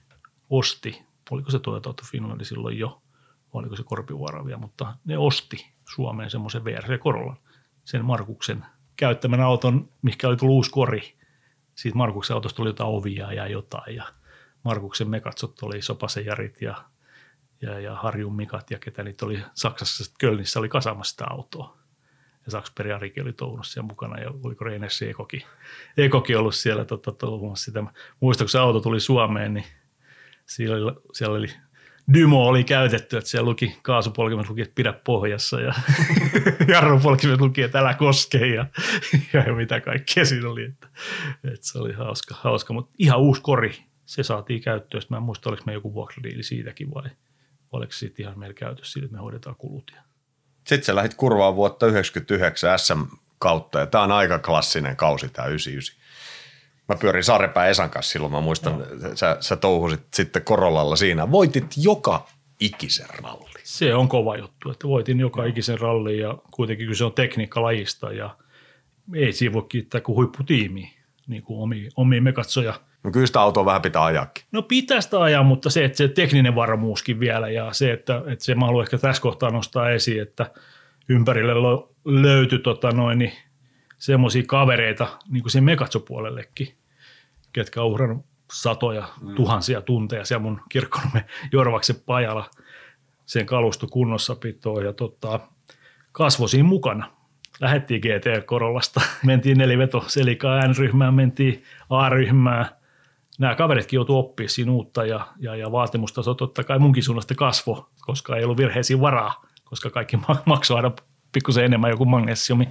osti, oliko se Toyota Auto Finlandi silloin jo, oliko se Korpivaara vielä, mutta ne osti Suomeen semmoisen V R C-korollan. Sen Markuksen käyttämän auton, mikä oli tullut uusi kori. Siitä Markuksen autosta oli jotain ovia ja jotain ja Markuksen mekatsot oli Sopasen Jarit ja, ja, ja Harjun Mikat ja ketä niitä oli Saksassa, Kölnissä oli kasaamassa sitä autoa. Ja Saksberg ja Riki oli touhunut siellä mukana ja oliko Reinessi Ekokin, Ekokin ollut siellä tota, touhumassa sitä. Muistan, kun se auto tuli Suomeen, niin siellä oli, siellä oli Dymo oli käytetty, että siellä luki kaasupolkimet luki, että pidä pohjassa ja jarrupolkimet luki, että älä koske ja, ja mitä kaikkea siinä oli. Että, että se oli hauska, hauska, mutta ihan uusi kori. Se saatiin käyttöön. Mä en muista, oliko me joku vuokradiili siitäkin vai oliko se sitten ihan meillä käytössä siitä, että me hoidetaan kulut. Sitten sä lähdit kurvaan vuotta yhdeksänkymmentäyhdeksän äs äm-kautta ja tää on aika klassinen kausi tää yhdeksänkymmentäyhdeksän. Mä pyörin Saarepää Esan kanssa silloin, mä muistan, no. sä, sä touhusit sitten Corollalla siinä. Voitit joka ikisen ralli. Se on kova juttu, että voitin joka no. ikisen rallin ja kuitenkin kun se on tekniikkalajista ja ei siinä voi kiittää kuin huipputiimiä, niin kuin omia, omia mekatsoja. No kyllä sitä autoa vähän pitää ajaakin. No pitää sitä ajaa, mutta se, että se tekninen varmuuskin vielä ja se, että, että se mä haluan ehkä tässä kohtaa nostaa esiin, että ympärille löytyi tota noin, niin semmoisia kavereita niin kuin sen mekatsopuolellekin, ketkä on uhrannut satoja, mm. tuhansia tunteja siellä mun Kirkkonomen Jorvaksen pajalla sen kalusto kunnossapitoon ja tota, kasvoi siinä mukana. Lähettiin G T-Corollasta, mentiin neliveto Selikaa N-ryhmään, mentiin A-ryhmään. Nämä kaveritkin joutuivat oppimaan siinä uutta ja, ja, ja vaatimustaso totta kai munkin suunnasta kasvoi, koska ei ollut virheisiin varaa, koska kaikki maksoi aina pikkusen enemmän joku magnesiumi.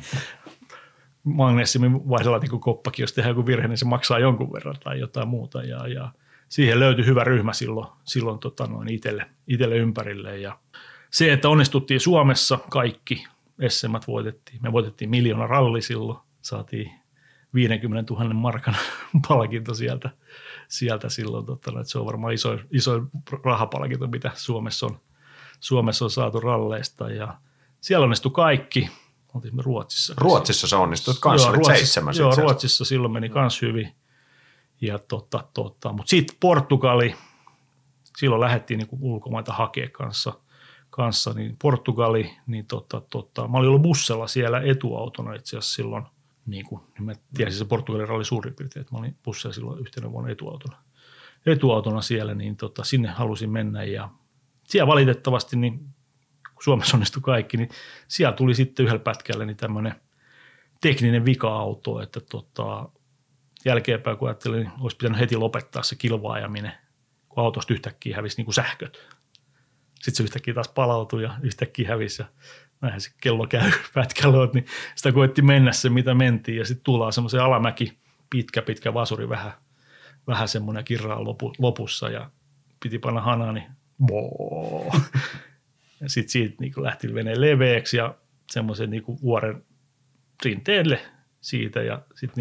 Magnesiumin vaihdelaatikokoppakin, jos tehdään joku virhe, niin se maksaa jonkun verran tai jotain muuta. Ja, ja siihen löytyi hyvä ryhmä silloin, silloin tota noin itselle, itselle ympärille. Ja se, että onnistuttiin Suomessa kaikki, S M:t voitettiin. Me voitettiin miljoona ralli silloin, saatiin viisikymmentätuhatta markan palkinto sieltä, sieltä silloin. Tota, että se on varmaan iso, iso rahapalkinto, mitä Suomessa on, Suomessa on saatu ralleista. Ja siellä onnistui kaikki. Oltiin me Ruotsissa. Ruotsissa se onnistui kanssa, joo, Ruotsissa, seitsemän. Joo, Ruotsissa silloin meni kans hyvin. Ja tota, tota. Mutta sitten Portugali, silloin lähdettiin niinku ulkomaita hakea kanssa, kanssa niin Portugali, niin tota, tota. mä olin ollut bussella siellä etuautona itse asiassa silloin, niin kuin niin mä tiesin se Portugalin ralli suurin piirtein, että mä olin bussella silloin yhtenä vuonna etuautona. Etuautona siellä, niin tota, sinne halusin mennä ja siellä valitettavasti niin Suomessa onnistui kaikki, niin siellä tuli sitten yhdellä pätkällä niin tämmöinen tekninen vika-auto, että tota, jälkeenpäin kun ajattelin, niin olisi pitänyt heti lopettaa se kilvaajaminen, kun autosta yhtäkkiä hävisi niin kuin sähköt. Sitten se yhtäkkiä taas palautui ja yhtäkkiä hävisi ja näinhän se kello käy pätkällä, niin sitä koetti mennä se, mitä mentiin ja sitten tullaan semmoisen alamäki, pitkä, pitkä vasuri, vähän, vähän semmoinen kirraa lopu, lopussa ja piti panna hanaa, niin boo. Ja sitten siitä niin lähti veneen leveäksi ja semmoisen niin vuoren rinteelle siitä ja sitten niin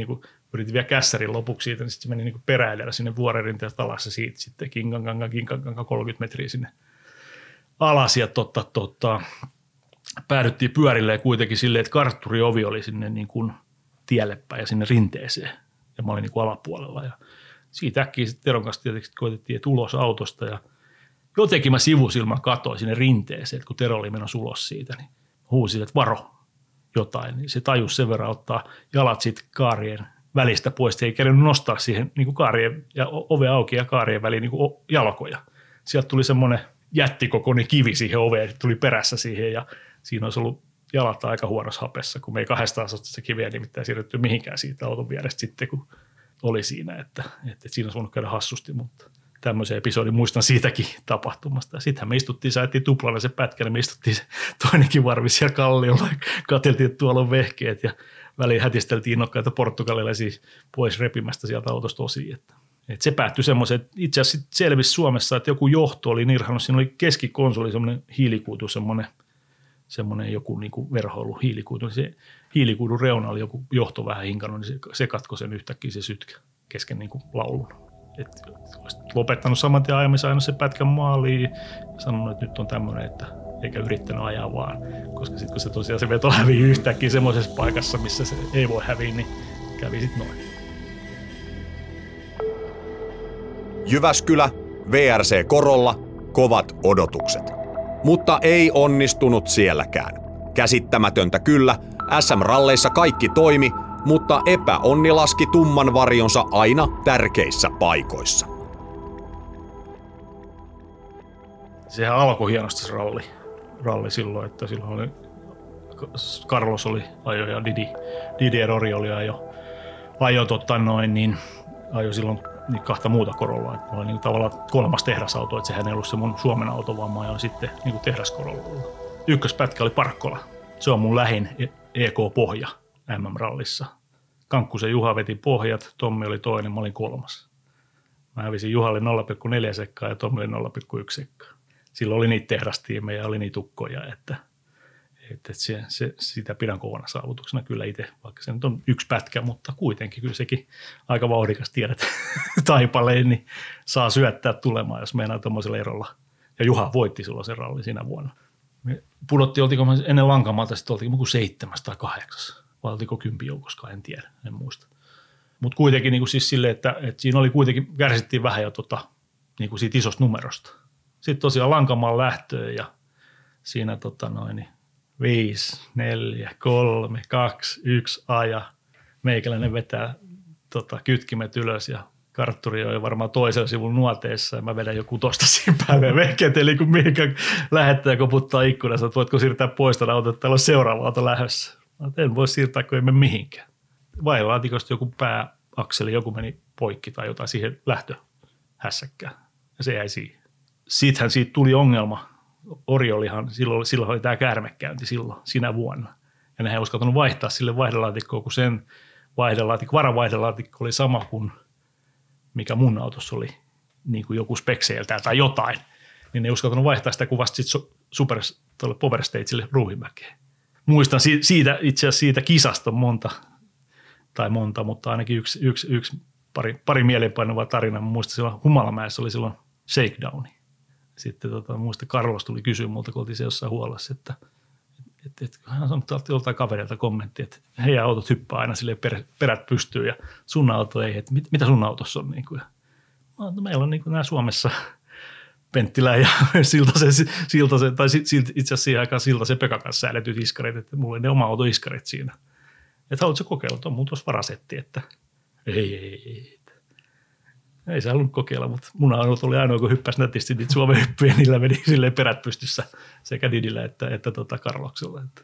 yritin vielä kässärin lopuksi siitä, niin sitten se meni niin kuin peräilijällä sinne vuorenrinteestä alas ja siitä sitten kinkankanka, kinkankanka kolmekymmentä metriä sinne alas ja totta, totta, päädyttiin pyörilleen kuitenkin silleen, että kartturiovi oli sinne niin kuin tielle päin ja sinne rinteeseen ja mä olin niin kuin alapuolella ja siitä äkkiä sitten Teron kanssa tietysti koitettiin, että ulos autosta ja jotenkin mä sivusilman katoin sinne rinteeseen, että kun Tero oli menossa ulos siitä, niin huusin, että varo jotain. Niin se tajusi sen verran ottaa jalat siitä kaarien välistä pois. Se ei kerännyt nostaa siihen niin kuin kaarien ja ove auki ja kaarien väliin niin kuin jalkoja. Sieltä tuli semmoinen jättikokoinen kivi siihen oveen, tuli perässä siihen ja siinä olisi ollut jalat aika huonossa hapessa, kun me ei kahdestaan se kiveä nimittäin siirrytty mihinkään siitä auton vierestä sitten, kun oli siinä, että, että siinä olisi voinut käydä hassusti, mutta tämmöisen episodin muistan siitäkin tapahtumasta. Sittenhän me istuttiin, säättiin tuplana se pätkä, niin me istuttiin se toinenkin varvi siellä kalliolla ja katseltiin, että tuolla on vehkeet ja väliin hätisteltiin innokkaita portugalilaisia pois repimästä sieltä autosta osiin. Että, että se päättyi semmoiseen, että itse asiassa selvisi Suomessa, että joku johto oli nirhannut, siinä oli keskikonsoli semmoinen hiilikuitu, semmoinen, semmoinen joku niin kuin verhoilu hiilikuitu. Se hiilikuidun reuna oli joku johto vähän hinkannut, niin se, se katkoi sen yhtäkkiä se sytkä kesken niin kuin laulun. Että olisit lopettanut saman tien ajamisen aina se pätkän maaliin ja sanonut, että nyt on tämmöinen, että eikä yrittänyt ajaa vaan. Koska sitten kun se tosiaan se veto hävii yhtäkkiä semmoisessa paikassa, missä se ei voi häviä, niin kävi sitten noin. Jyväskylä, V R C Korolla, kovat odotukset. Mutta ei onnistunut sielläkään. Käsittämätöntä kyllä, S M-ralleissa kaikki toimi, mutta epäonni laski tumman varjonsa aina tärkeissä paikoissa. Sehän alkoi hienosti se ralli, ralli silloin, että silloin oli, Carlos oli ajo ja Didi, Didier Ori oli ajo, ajo totta noin, niin ajo silloin niin kahta muuta Corollaa. Että oli niin tavallaan kolmas tehdasauto, että sehän ei ollut se mun Suomen auto, vaan mä ajoin sitten niin tehdaskorollalla. Ykköspätkä oli Parkkola. Se on mun lähin E K-pohja M M-rallissa. Kankkusen Juha veti pohjat, Tommi oli toinen, mä olin kolmas. Mä hävisin Juhalle nolla pilkku neljä sekkaa ja Tommi oli nolla pilkku yksi sekkaa. Silloin oli niitä tehdastiimejä ja oli niitä ukkoja, että, että se, se, sitä pidän kovana saavutuksena kyllä itse, vaikka se nyt on yksi pätkä, mutta kuitenkin kyllä sekin aika vauhdikas tiedät taipaleen, niin saa syöttää tulemaan, jos meinaa tuommoisella erolla. Ja Juha voitti silloin sen rallin siinä vuonna. Me pudottiin, oltiinko ennen Lankamalta, sitten oltiinko joku seitsemäs tai kahdeksas. Vai oltiinko kympi joukossa, en tiedä, en muista. Mutta kuitenkin niin kuin siis silleen, että, että siinä oli kuitenkin, kärsittiin vähän jo tota, niin kuin siitä isosta numerosta. Sitten tosiaan Lankamaan lähtöön ja siinä tota noin, niin viisi, neljä, kolme, kaksi, yksi aja. Meikäläinen vetää tota, kytkimet ylös ja kartturi oli varmaan toisella sivun nuoteessa ja mä vedän joku tosta siinä päälle ja vehketeli, kun Miika lähettää ja koputtaa ikkunassa, että voitko siirtää pois tämän auton, että täällä on seuraava auto lähdössä. En voi siirtää, kun ei mene mihinkään. Vailaatikosta joku pääakseli, joku meni poikki tai jotain siihen lähtöhässäkkään ja se jäi siihen. Sittenhän siitä tuli ongelma. Ori olihan, silloin, silloin oli tämä käärmekäynti silloin, sinä vuonna. Ja nehän ei uskaltanut vaihtaa sille vaihdelaatikkoon, kun sen vaihdelaatikko, varavaihdelatikko oli sama kuin mikä mun autossa oli, niin kuin joku spekseiltään tai jotain. Niin ne ei uskaltanut vaihtaa sitä, kun vasta sitten super, Power Stagelle Ruuhimäkeen. Muistan siitä, itse asiassa siitä kisasta monta, tai monta, mutta ainakin yksi, yksi, yksi pari, pari mielenpainuvaa tarinaa. Muistan silloin Humalamäessä oli silloin shakedowni. Sitten tota, muista Carlos tuli kysyä multa, kun oltiin se jossain huolassa, että et, et, hän sanoi joltain kaverilta kommentti, että heidän autot hyppää aina silleen per, perät pystyy ja sun auto ei, että mit, mitä sun autossa on. Niin kuin, ja, no, meillä on niin kuin nämä Suomessa Penttilä ja Siltasen, Siltasen tai itse asiassa siihen aikaan Siltasen Pekan kanssa säädetyt iskarit, että mulla oli ne oma auto iskarit siinä. Että haluatko kokeilla, että on mun tuossa varasetti, että ei, ei, ei. Ei se halunnut kokeilla, mutta mun auto oli ainoa, kun hyppäsi nätisti niitä Suomen hyppyjä, niillä meni silleen perät pystyssä sekä Didillä että, että tota Karloksella. Että,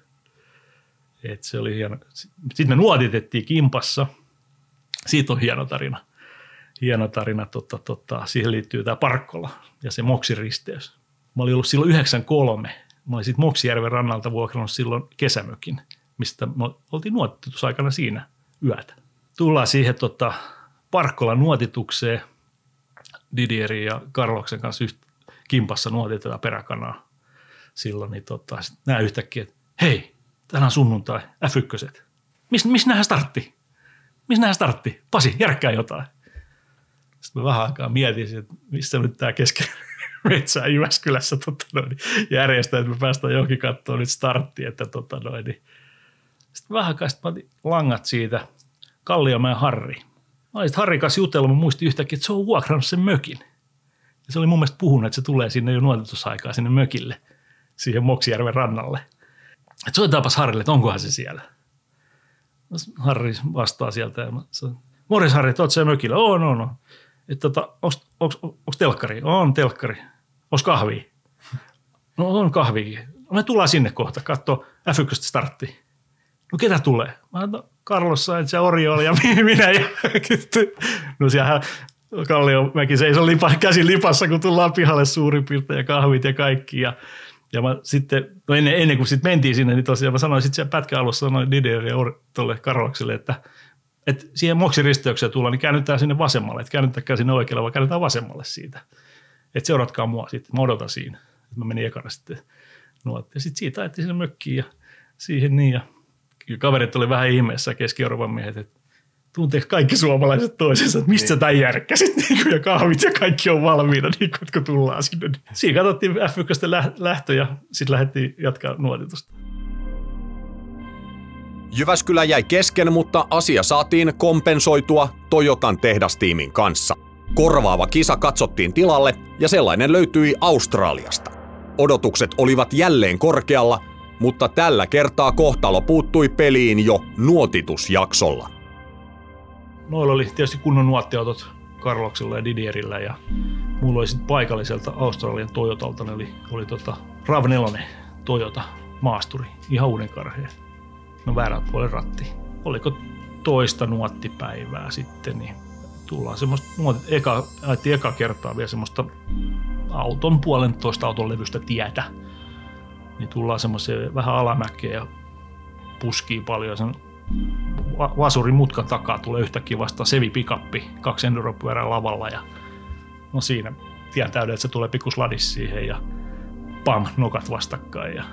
että se oli hieno. Sitten me nuotitettiin kimpassa. Siitä on hieno tarina. Hieno tarina, tota, tota, siihen liittyy tämä Parkkola ja se Moksin risteys. Mä olin ollut silloin yhdeksänkymmentäkolme. Mä olin siitä Moksijärven rannalta vuokrannut silloin kesämökin, mistä me oltiin nuotitus aikana siinä yötä. Tullaan siihen tota, Parkkolan nuotitukseen. Didierin ja Karloksen kanssa yht, kimpassa nuotitetaan peräkanaa silloin, niin tota, näin yhtäkkiä, että hei, tänään sunnuntai, F yksi. Missä mis nähdään startti? missä nämä startti? Pasi, järkkää jotain. Sitten mä vähän aikaa mietin, että missä nyt tämä kesken metsää Jyväskylässä tota noin, järjestää, että me päästään johonkin katsomaan nyt starttia. Että tota noin, niin. Sitten vähän aikaa sitten mä otin langat siitä Kalliomäen Harri. Mä olin Harri kanssa jutellut, mä muistin yhtäkkiä, että se on vuokrannut sen mökin. Ja se oli mun mielestä puhunut, että se tulee sinne jo nuotitusaikaa sinne mökille, siihen Moksijärven rannalle. Että soitetaanpas Harrille, että onkohan se siellä. Harri vastaa sieltä ja mä sanoin, morjes Harri, että oot siellä mökillä? Oo, no, no. Että tota, onko telkkari? On telkkari. Onko kahvia? No on kahvia. No me tullaan sinne kohta, katso F yksi startti. No ketä tulee? Mä sanoin, Carlos Sainz ja Oriol ja minä. Ja no siellä Kalliomäki seisoi lipa, käsin lipassa, kun tullaan pihalle suurin piirtein ja kahvit ja kaikki. Ja, ja mä sitten, no ennen, ennen kuin sitten mentiin sinne, niin tosiaan mä sanoin sitten siellä pätkän alussa, sanoin Didier ja tuolle Carlokselle, että, että siihen moksiristeykseen tullaan, niin käännytään sinne vasemmalle. Että käännytäänkään sinne oikealle, vaan käännytään vasemmalle siitä. Että seuratkaa mua sitten. Mä odotan siinä. Mä menin ekana sitten nuot. Ja sitten siitä ajettiin sinne mökkiin ja siihen niin. Ja kaverit oli vähän ihmeessä Keski-Euroopan miehet, että tunteeko kaikki suomalaiset toisensa, että mistä tämän järkkäsit, niin ja kahvit ja kaikki on valmiina, niin kun tullaan sinne. Siinä katsottiin F yksi lähtö ja sitten lähdettiin jatkaa nuotitusta. Jyväskylä jäi kesken, mutta asia saatiin kompensoitua Toyotan tehdastiimin kanssa. Korvaava kisa katsottiin tilalle ja sellainen löytyi Australiasta. Odotukset olivat jälleen korkealla, mutta tällä kertaa kohtalo puuttui peliin jo nuotitusjaksolla. Noilla oli tietysti kunnon nuottiautot Carloksella ja Didierillä ja mulla oli sitten paikalliselta Australian Toyotalta, ne oli, oli tota RAV neljä Toyota maasturi, ihan uuden karheen. No väärät puolen ratti. Oliko toista nuottipäivää sitten, niin tullaan semmoista, eka, ajettiin eka kertaa vielä semmoista auton puolentoista auton levystä tietä. Niin tullaan semmoiseen vähän alamäkeen ja puskii paljon. Sen vasurin mutkan takaa tulee yhtäkkiä vastaan Sevi pikappi, kaksi enduropyörää lavalla ja no siinä tien täydellä, se tulee pikku sladis siihen ja pam, nokat vastakkain ja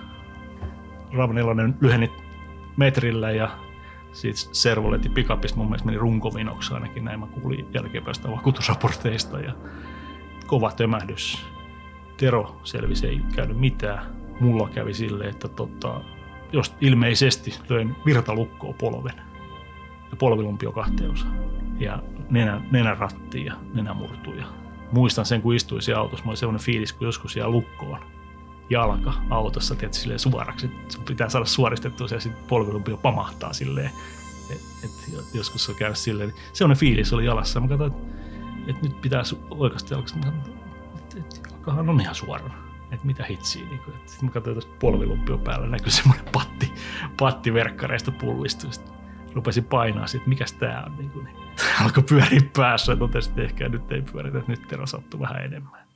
RAV neljä lyheni metrillä ja siitä Servoletin pikapista mun mielestä meni runkovinoksi ainakin, näin mä kuulin jälkeenpäistä vakuutusraporteista ja kova tömähdys. Tero selvisi, ei käynyt mitään. Mulla kävi silleen, että tota, jos ilmeisesti löin virtalukkoon polven ja polvilumpio kahteen osaan ja nenä, nenä rattiin ja nenä murtui. Ja muistan sen, kun istuin siellä autossa, mulla oli sellainen fiilis, kun joskus jää lukkoon jalka autossa, tietysti silleen suoraksi, että sun pitää saada suoristettua se ja sitten polvilumpio pamahtaa silleen, että et joskus se on käynyt silleen. Sellainen fiilis oli jalassa ja mä katsoin, että et nyt pitää oikeasti jalkaksi, että et, jalkahan on ihan suorana. Että mitä hitsiä. Niin sitten mä katsoin tuosta polvilumpio päällä, näkyy semmoinen patti, patti verkkareista pullistui. Sitten rupesin painaa siitä, että mikäs tää on. Niin kuin, niin. Alkoi pyöriä päässä ja totesin, että ehkä nyt ei pyöritä, että nyt Tero sattui vähän enemmän.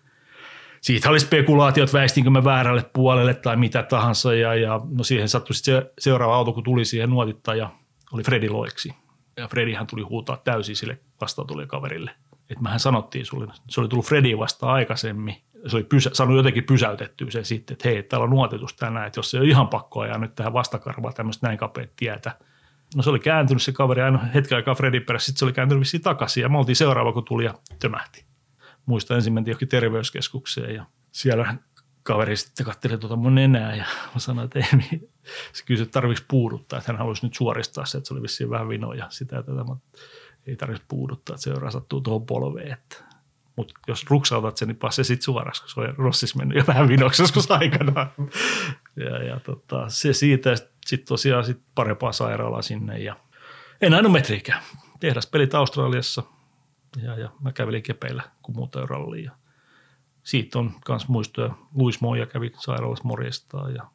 Siitä oli spekulaatiot, väistinkö mä väärälle puolelle tai mitä tahansa. Ja, ja no siihen sattui sitten se seuraava auto, kun tuli siihen nuotittaja, oli Fredi Loiksi. Ja Fredihän tuli huutaa täysin sille vastautulille kaverille. Että mehän sanottiin sulle, se oli tullut Frediin vastaan aikaisemmin. Se oli pysä, saanut jotenkin pysäytettyä sen sitten, että hei, täällä on nuotitus tänään, että jos se on ihan pakko ajaa nyt tähän vastakarvaan tämmöistä näin kapeat tietä. No se oli kääntynyt se kaveri aina hetken aikaa Fredin perässä, sitten se oli kääntynyt vissiin takaisin ja me oltiin seuraava, kun tuli ja tömähti. Muistan ensin mentiin johonkin terveyskeskukseen ja siellä kaveri sitten katseli tuota mun nenää ja mä sanoin, että ei, se kysyi, että tarvitsi puuduttaa, että hän haluaisi nyt suoristaa se, että se oli vissiin vähän vinoja sitä, että ei tarvitse puuduttaa, että seuraa sattuu tuohon polveen, että mutta jos ruksautat sen, niin passe sitten suoraksi, kun se on Rossis mennyt jo vähän vinoksi joskus aikanaan. Ja, ja tota, se siitä, sitten tosiaan sit parempaa sairaalaa sinne. Ja en aina metriikään. Tehdaspelit Australiassa ja, ja mä kävelin kepeillä, kun muuta ralliin. Ja siitä on myös muistoja. Luis Moija kävi sairaalassa morjestaan ja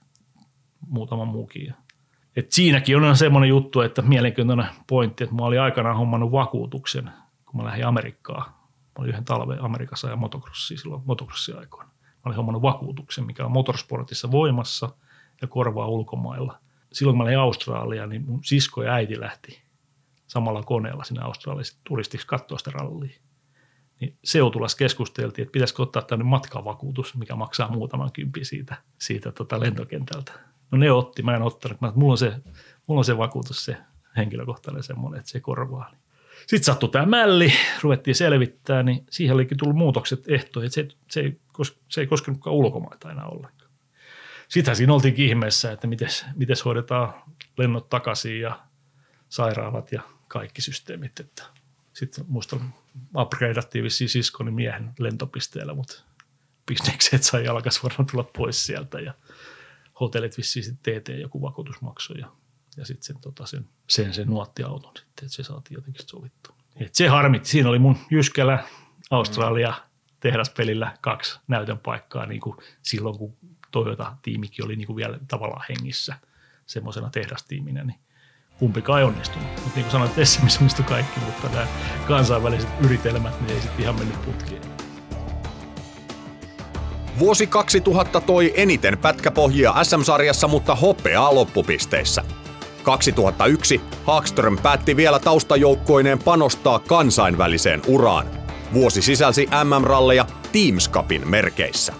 muutama muukin. Ja et siinäkin on semmoinen juttu, että mielenkiintoinen pointti, että mä olin aikanaan hommannut vakuutuksen, kun mä lähdin Amerikkaan. Mä olin yhden talven Amerikassa ja motocrossia silloin motocrossia-aikoina. Mä olin hommannut vakuutuksen, mikä on motorsportissa voimassa ja korvaa ulkomailla. Silloin kun mä lähdin Australiaan, niin mun sisko ja äiti lähti samalla koneella sinne Australiaan turistiksi katsoa sitä rallia. Niin Seutulassa keskusteltiin, että pitäisikö ottaa tämmöinen matkavakuutus, mikä maksaa muutaman kympin siitä, siitä tota lentokentältä. No ne otti, mä en ottanut. Mä, että mulla on se, mulla on se vakuutus, se henkilökohtainen semmoinen, että se korvaa. Sitten sattui tämä mälli, ruvettiin selvittää, niin siihen olikin tullut muutokset ehtoihin, että se, se, ei, se ei koskenutkaan ulkomaita enää ollenkaan. Sittenhän siinä oltiinkin ihmeessä, että miten hoidetaan lennot takaisin ja sairaalat ja kaikki systeemit. Että sitten muistan, upgradeattiin vissiin siskoni miehen lentopisteellä, mutta bisnekset sai jalkasuoraan tulla pois sieltä ja hotellit vissiin sitten T T joku vakuutusmaksu ja, ja sitten sen, tota, sen, sen, sen nuottiauton sitten, että se saatiin jotenkin sovittua. Et se harmitti. Siinä oli mun Jyskälä, Australia, tehdaspelillä kaksi näytön paikkaa niin kuin silloin, kun Toyota-tiimikin oli niin kuin vielä tavallaan hengissä semmoisena tehdastiiminä, niin kumpikaan ei onnistunut. Mutta niin kuin sanoin, että S M:ssä onnistui kaikki, mutta nämä kansainväliset yritelmät, niin ei sitten ihan mennyt putkeen. Vuosi kaksituhatta toi eniten pätkäpohjia S M-sarjassa, mutta hopeaa loppupisteissä. kaksituhattayksi Hagström päätti vielä taustajoukkoineen panostaa kansainväliseen uraan. Vuosi sisälsi M M-ralleja Teams Cupin merkeissä.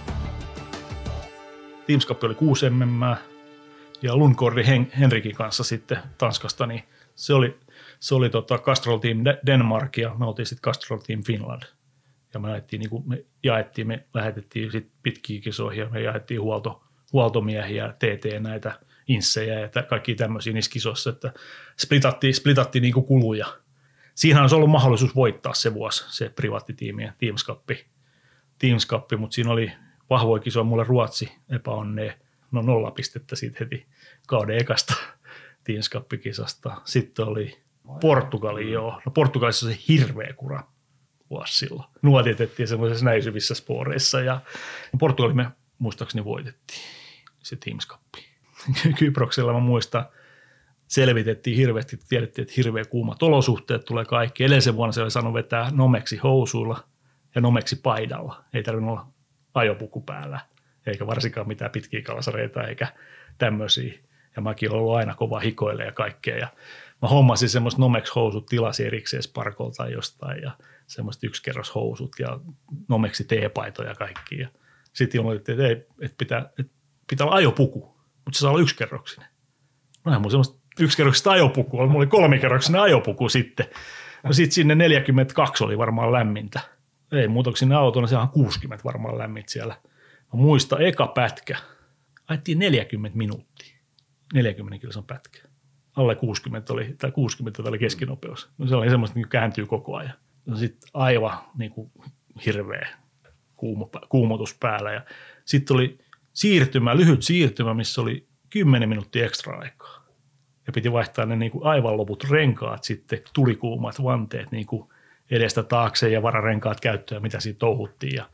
Teams Cup oli kuusi M M ja Lundgaardin Hen- Henrikin kanssa sitten Tanskasta, niin se oli, se oli tota Castrol Team Denmark ja me oltiin sitten Castrol Team Finland. Ja me, niin kuin me jaettiin, me lähetettiin sit pitkiä kisoihin ja me jaettiin huolto, huoltomiehiä, T T näitä inssejä ja kaikki tämmöisiä niissä kisoissa, että splitattiin, splitattiin niin kuin kuluja. Siinä olisi ollut mahdollisuus voittaa se vuosi, se privaattitiimien Teams Cup, Teams Cup, mutta siinä oli vahvoja kisoja, mulle Ruotsi epäonneen, no nolla pistettä siitä heti kauden ekasta Teams Cup-kisasta. Sitten oli Portugali, joo. No Portugalissa se hirveä kura vuosi silloin. Nuotitettiin semmoisessa näin syvissä spooreissa ja Portugali me muistaakseni voitettiin se Teams Cup. Kyproksella mä muistan, selvitettiin hirveästi, tiedettiin, että hirveä kuumat olosuhteet tulee kaikki. Edellisen vuonna se oli saanut vetää nomeksi housuilla ja nomeksi paidalla. Ei tarvinnut olla ajopuku päällä, eikä varsinkaan mitään pitkiä kalsareita eikä tämmöisiä. Ja mäkin olen ollut aina kova hikoille ja kaikkea. Ja mä hommasin semmoista nomeksi housut, tilasin erikseen Sparkolta tai jostain ja semmoista yksikerroshousut ja nomeksi teepaitoja ja kaikki. Ja sitten ilmoitettiin, että, ei, että, pitää, että pitää olla ajopuku, mutta se saa olla yksikerroksinen. No ei mun semmoista yksikerroksista ajopukua, mulla oli kolmikerroksinen ajopuku sitten. No sitten sinne neljäkymmentäkaksi oli varmaan lämmintä. Ei muutoin sinne autoon, sehän on kuusikymmentä varmaan lämmit siellä. Mä muistan, eka pätkä, ajettiin neljäkymmentä minuuttia, neljäkymmentä kilsan pätkä. Alle kuusikymmentä oli, tai kuusikymmentä oli keskinopeus. No se oli semmoista, niin kääntyy koko ajan. No sitten aivan niin kuin hirveä kuumo, kuumotus päällä. Ja sitten oli siirtymä, lyhyt siirtymä, missä oli kymmenen minuuttia ekstra aikaa. Ja piti vaihtaa ne niin kuin aivan loput renkaat sitten, tulikuumat vanteet niin kuin edestä taakse ja vararenkaat käyttöön, mitä siinä touhuttiin. Ja,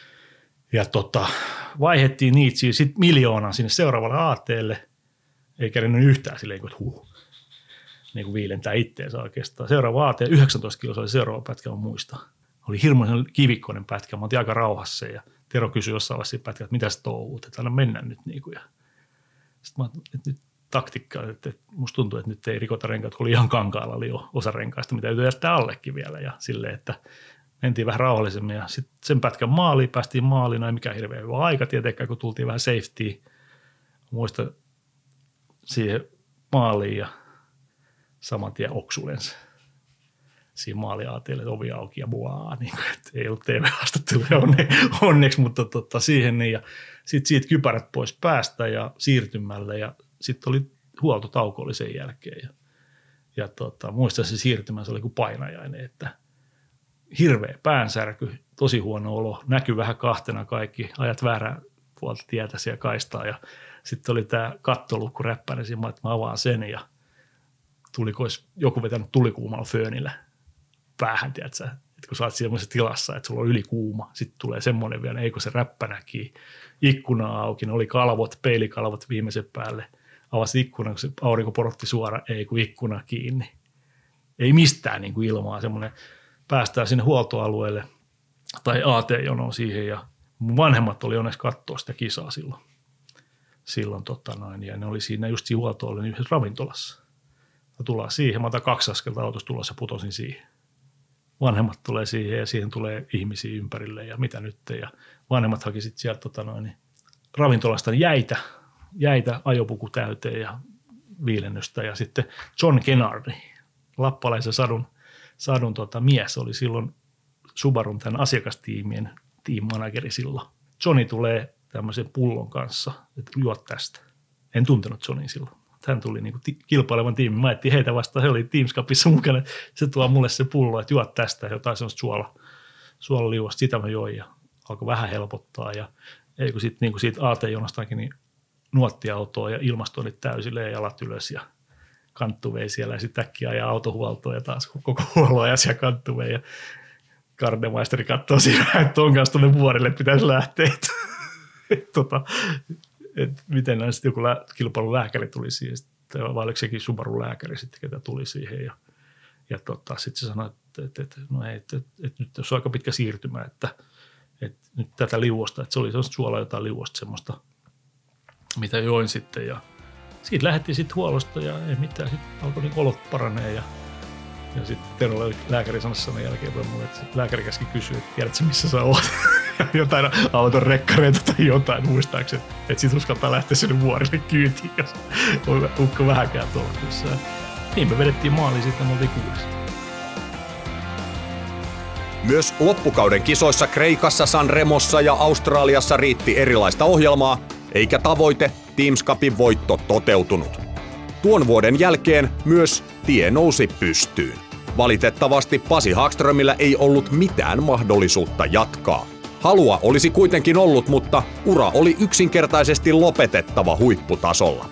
ja tota, vaihdettiin niitä sitten miljoonan sinne seuraavalle aateelle. Ei kerinyt yhtään silleen, että huh, niin kuin viilentää itteensä oikeastaan. Seuraava aate, yhdeksäntoista kiloa oli seuraava pätkä, mä muistan. Oli hirveän kivikkoinen pätkä, mä oltiin aika rauhassa ja Tero kysyi jossain vaiheessa pätkä, että mitä sä touhuut, että aina mennään nyt. Niin kuin. Ja sitten mä että nyt taktiikkaa, että musta tuntuu, että nyt ei rikota renkaat, kun oli ihan kankaalla, oli jo osa renkaista, mitä täytyy jättää allekin vielä. Ja silleen, että mentiin vähän rauhallisemmin ja sitten sen pätkän maaliin, päästiin maaliin, no ei mikään hirveän hyvä aika tietenkään, kun tultiin vähän safety. Muista siihen maaliin ja saman tien oksulensa. Siinä maaliaateelle ovi auki ja buaa, niin kuin, että ei ollut T V-haastatteluja onne, onneksi, mutta tota, siihen niin. Ja sitten siitä kypärät pois päästä ja siirtymälle ja sitten oli huoltotauko oli sen jälkeen. Ja, ja tota, muistan se siirtymä, se oli kuin painajainen, että hirveä päänsärky, tosi huono olo, näkyi vähän kahtena kaikki, ajat väärää puolta tietä siellä kaistaa ja sitten oli tämä kattolukku räppäinen siinä, että mä avaan sen ja tuliko olisi joku vetänyt tulikuumalla föönillä päähän, tiedätkö, että kun sä oot semmoisessa tilassa, että sulla on ylikuuma, sitten tulee semmoinen vielä, eikö se räppänäkin, ikkuna auki, ne oli kalvot, peilikalvot viimeisen päälle, avasi ikkunan, kun se aurinko porotti suora, ei kun ikkuna kiinni. Ei mistään niin kuin ilmaa, semmoinen, päästään sinne huoltoalueelle tai A T-jonoon siihen ja mun vanhemmat oli onneksi katsoa sitä kisaa silloin. Silloin tota noin, ja ne oli siinä just siinä huoltoalueella yhdessä ravintolassa. Ja tullaan siihen, mä otan kaksi askelta autosta tulossa ja putosin siihen. Vanhemmat tulee siihen ja siihen tulee ihmisiä ympärille ja mitä nyt. Ja vanhemmat haki sitten sieltä tota noin, ravintolasta jäitä, jäitä ajopuku täyteen ja viilennystä. Ja sitten John Kennardi, lappalaisen sadun, sadun tota, mies, oli silloin Subarun tämän asiakastiimien team-manageri silloin. Johnny tulee tämmöisen pullon kanssa, että juot tästä. En tuntenut Johnin silloin. Hän tuli niin kuin ti- kilpailevan tiimin. Mä etsin heitä vastaan. He oli Teamscapissa mukana. Se tuo mulle se pullo, että juot tästä jotain semmoista suola, suolaliuosta. Sitä mä join ja alkoi vähän helpottaa. Ja ei kun sit, niin kuin siitä A T-jonostakin niin nuottiautoa ja ilmastoinnit täysille ja jalat ylös ja kanttu vei siellä. Ja sitten äkkiä ajaa autohuoltoa ja taas koko huolto ajasi ja kanttu vei. Ja Gardemaisteri katsoo siinä, että ton kanssa tuonne vuorille pitäisi lähteä. tota, et miten näin sitten joku lää, kilpailulääkäri tuli siihen, vai oliko sekin Subarun lääkäri sitten, ketä tuli siihen. Ja, ja tota, sitten se sanoi, että, että, että, no ei, että, että, että nyt on aika pitkä siirtymä, että, että nyt tätä liuosta, että se oli sellaista suolaa jotain liuosta semmoista, mitä join sitten. Ja siitä lähdettiin sitten huollosta ja ei mitään, sitten alkoi niin olot paranee ja Ja sitten Tero lääkäri sanoi sen jälkeen mulle, että lääkäri käski kysyä, että tiedätkö missä sä oot? Jotain auton rekkareita tai jotain muistaakseni. Että sit uskaltaa lähteä sinne vuorille kyytiin, jos on ukko vähänkään tolkuissa. Niin me vedettiin maaliin, sitten me oltiin kuudessa. Myös loppukauden kisoissa Kreikassa, Sanremossa ja Australiassa riitti erilaista ohjelmaa, eikä tavoite Teamscapin voitto toteutunut. Tuon vuoden jälkeen myös tie nousi pystyyn. Valitettavasti Pasi Hagströmillä ei ollut mitään mahdollisuutta jatkaa. Halua olisi kuitenkin ollut, mutta ura oli yksinkertaisesti lopetettava huipputasolla.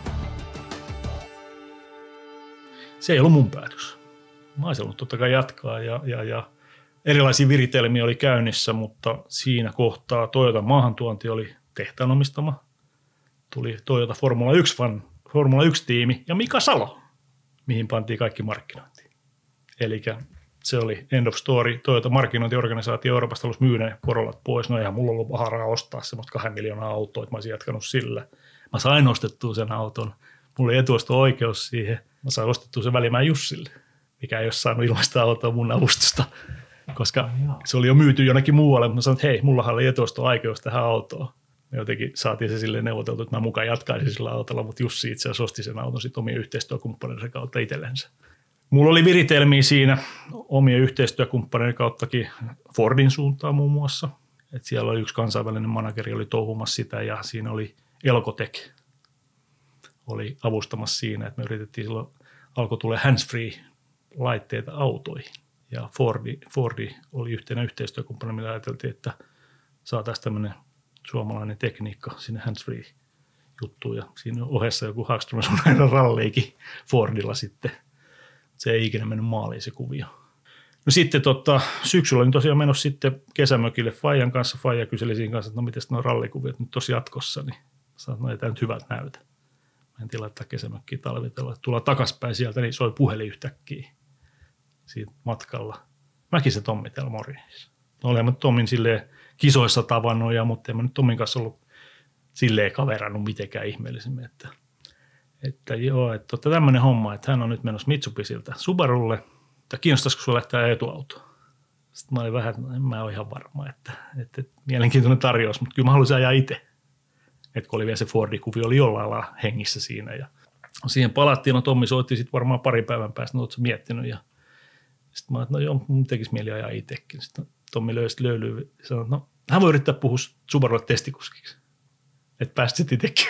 Se ei ollut mun päätös. Mä olisin ollut totta kai jatkaa ja, ja, ja erilaisia viritelmiä oli käynnissä, mutta siinä kohtaa Toyota maahantuonti oli tehtaan omistama. Tuli Toyota Formula yksi fan, Formula yksi-tiimi ja Mika Salo, mihin pantiin kaikki markkinointiin. Eli se oli end of story. Toyota markkinointiorganisaatio Euroopasta halusi myydä ne Corollat pois. No eihän mulla ollut varaa ostaa semmoista kahden miljoonaa autoa, että mä olisin jatkanut sillä. Mä sain ostettua sen auton. Mulla oli etuosto-oikeus siihen. Mä sain ostettua sen Välimäen Jussille, mikä ei ole saanut ilmaista autoa mun avustusta, koska se oli jo myyty jonnekin muualle. Mä sanoin, että hei, mullahan oli etuosto-oikeus tähän autoon. Me jotenkin saatiin se silleen neuvoteltu, että mä mukaan jatkaisin sillä autolla, mutta Jussi itse asiassa osti sen auton sitten omien yhteistyökumppaneiden kautta itsellensä. Mulla oli viritelmiä siinä omien yhteistyökumppaneiden kauttakin Fordin suuntaan muun muassa. Et siellä oli yksi kansainvälinen manageri, oli touhumassa sitä ja siinä oli Elcoteq oli avustamassa siinä, että me yritettiin silloin, alkoi tulla hands-free-laitteita autoihin. Ja Fordi, Fordi oli yhtenä yhteistyökumppana, millä ajateltiin, että saataisiin tämmöinen suomalainen tekniikka sinne hands-free-juttuun. Ja siinä ohessa joku Hagström on ralliikin Fordilla sitten. Se ei ikinä mennyt maaliin se kuvio. No sitten tota, syksyllä olin tosiaan menossa sitten kesämökille Fajan kanssa. Faija kyseli siinä kanssa, että no miten nuo rallikuviot nyt tosi jatkossa. Niin sanoin, että no ei tämä nyt hyvältä näytä. Mä en laittaa kesämökkiä talvitella. Tullaan takaspäin sieltä, niin soi puhelin yhtäkkiä siitä matkalla. Mäkin se Tommi täällä morjens. No olen mä Tommin silleen kisoissa tavannut, ja, mutta en mä nyt Tommin kanssa ollut silleen kaverannut mitenkään ihmeellisemmin. Että, että joo, että totta tämmöinen homma, että hän on nyt menossa Mitsubisilta Subarulle, että kiinnostaisiko sinua lähteä etuautoon. Sitten mä olin vähän, että en mä ole ihan varma, että, että, että mielenkiintoinen tarjous, mutta kyllä mä haluaisin ajaa itse. Että kun oli vielä se Fordi-kuvio, oli jollain lailla hengissä siinä. Ja siihen palattiin, no Tommi soitti sitten varmaan pari päivän päästä, no ootko miettinyt. Ja sitten mä ajattelin, no joo, mun tekisi mieli ajaa itsekin. Sitten Tommi löysi löylyä ja sanoi, että no hän voi yrittää puhua Subarulle testikuskiksi. Että pääsit sitten itsekin.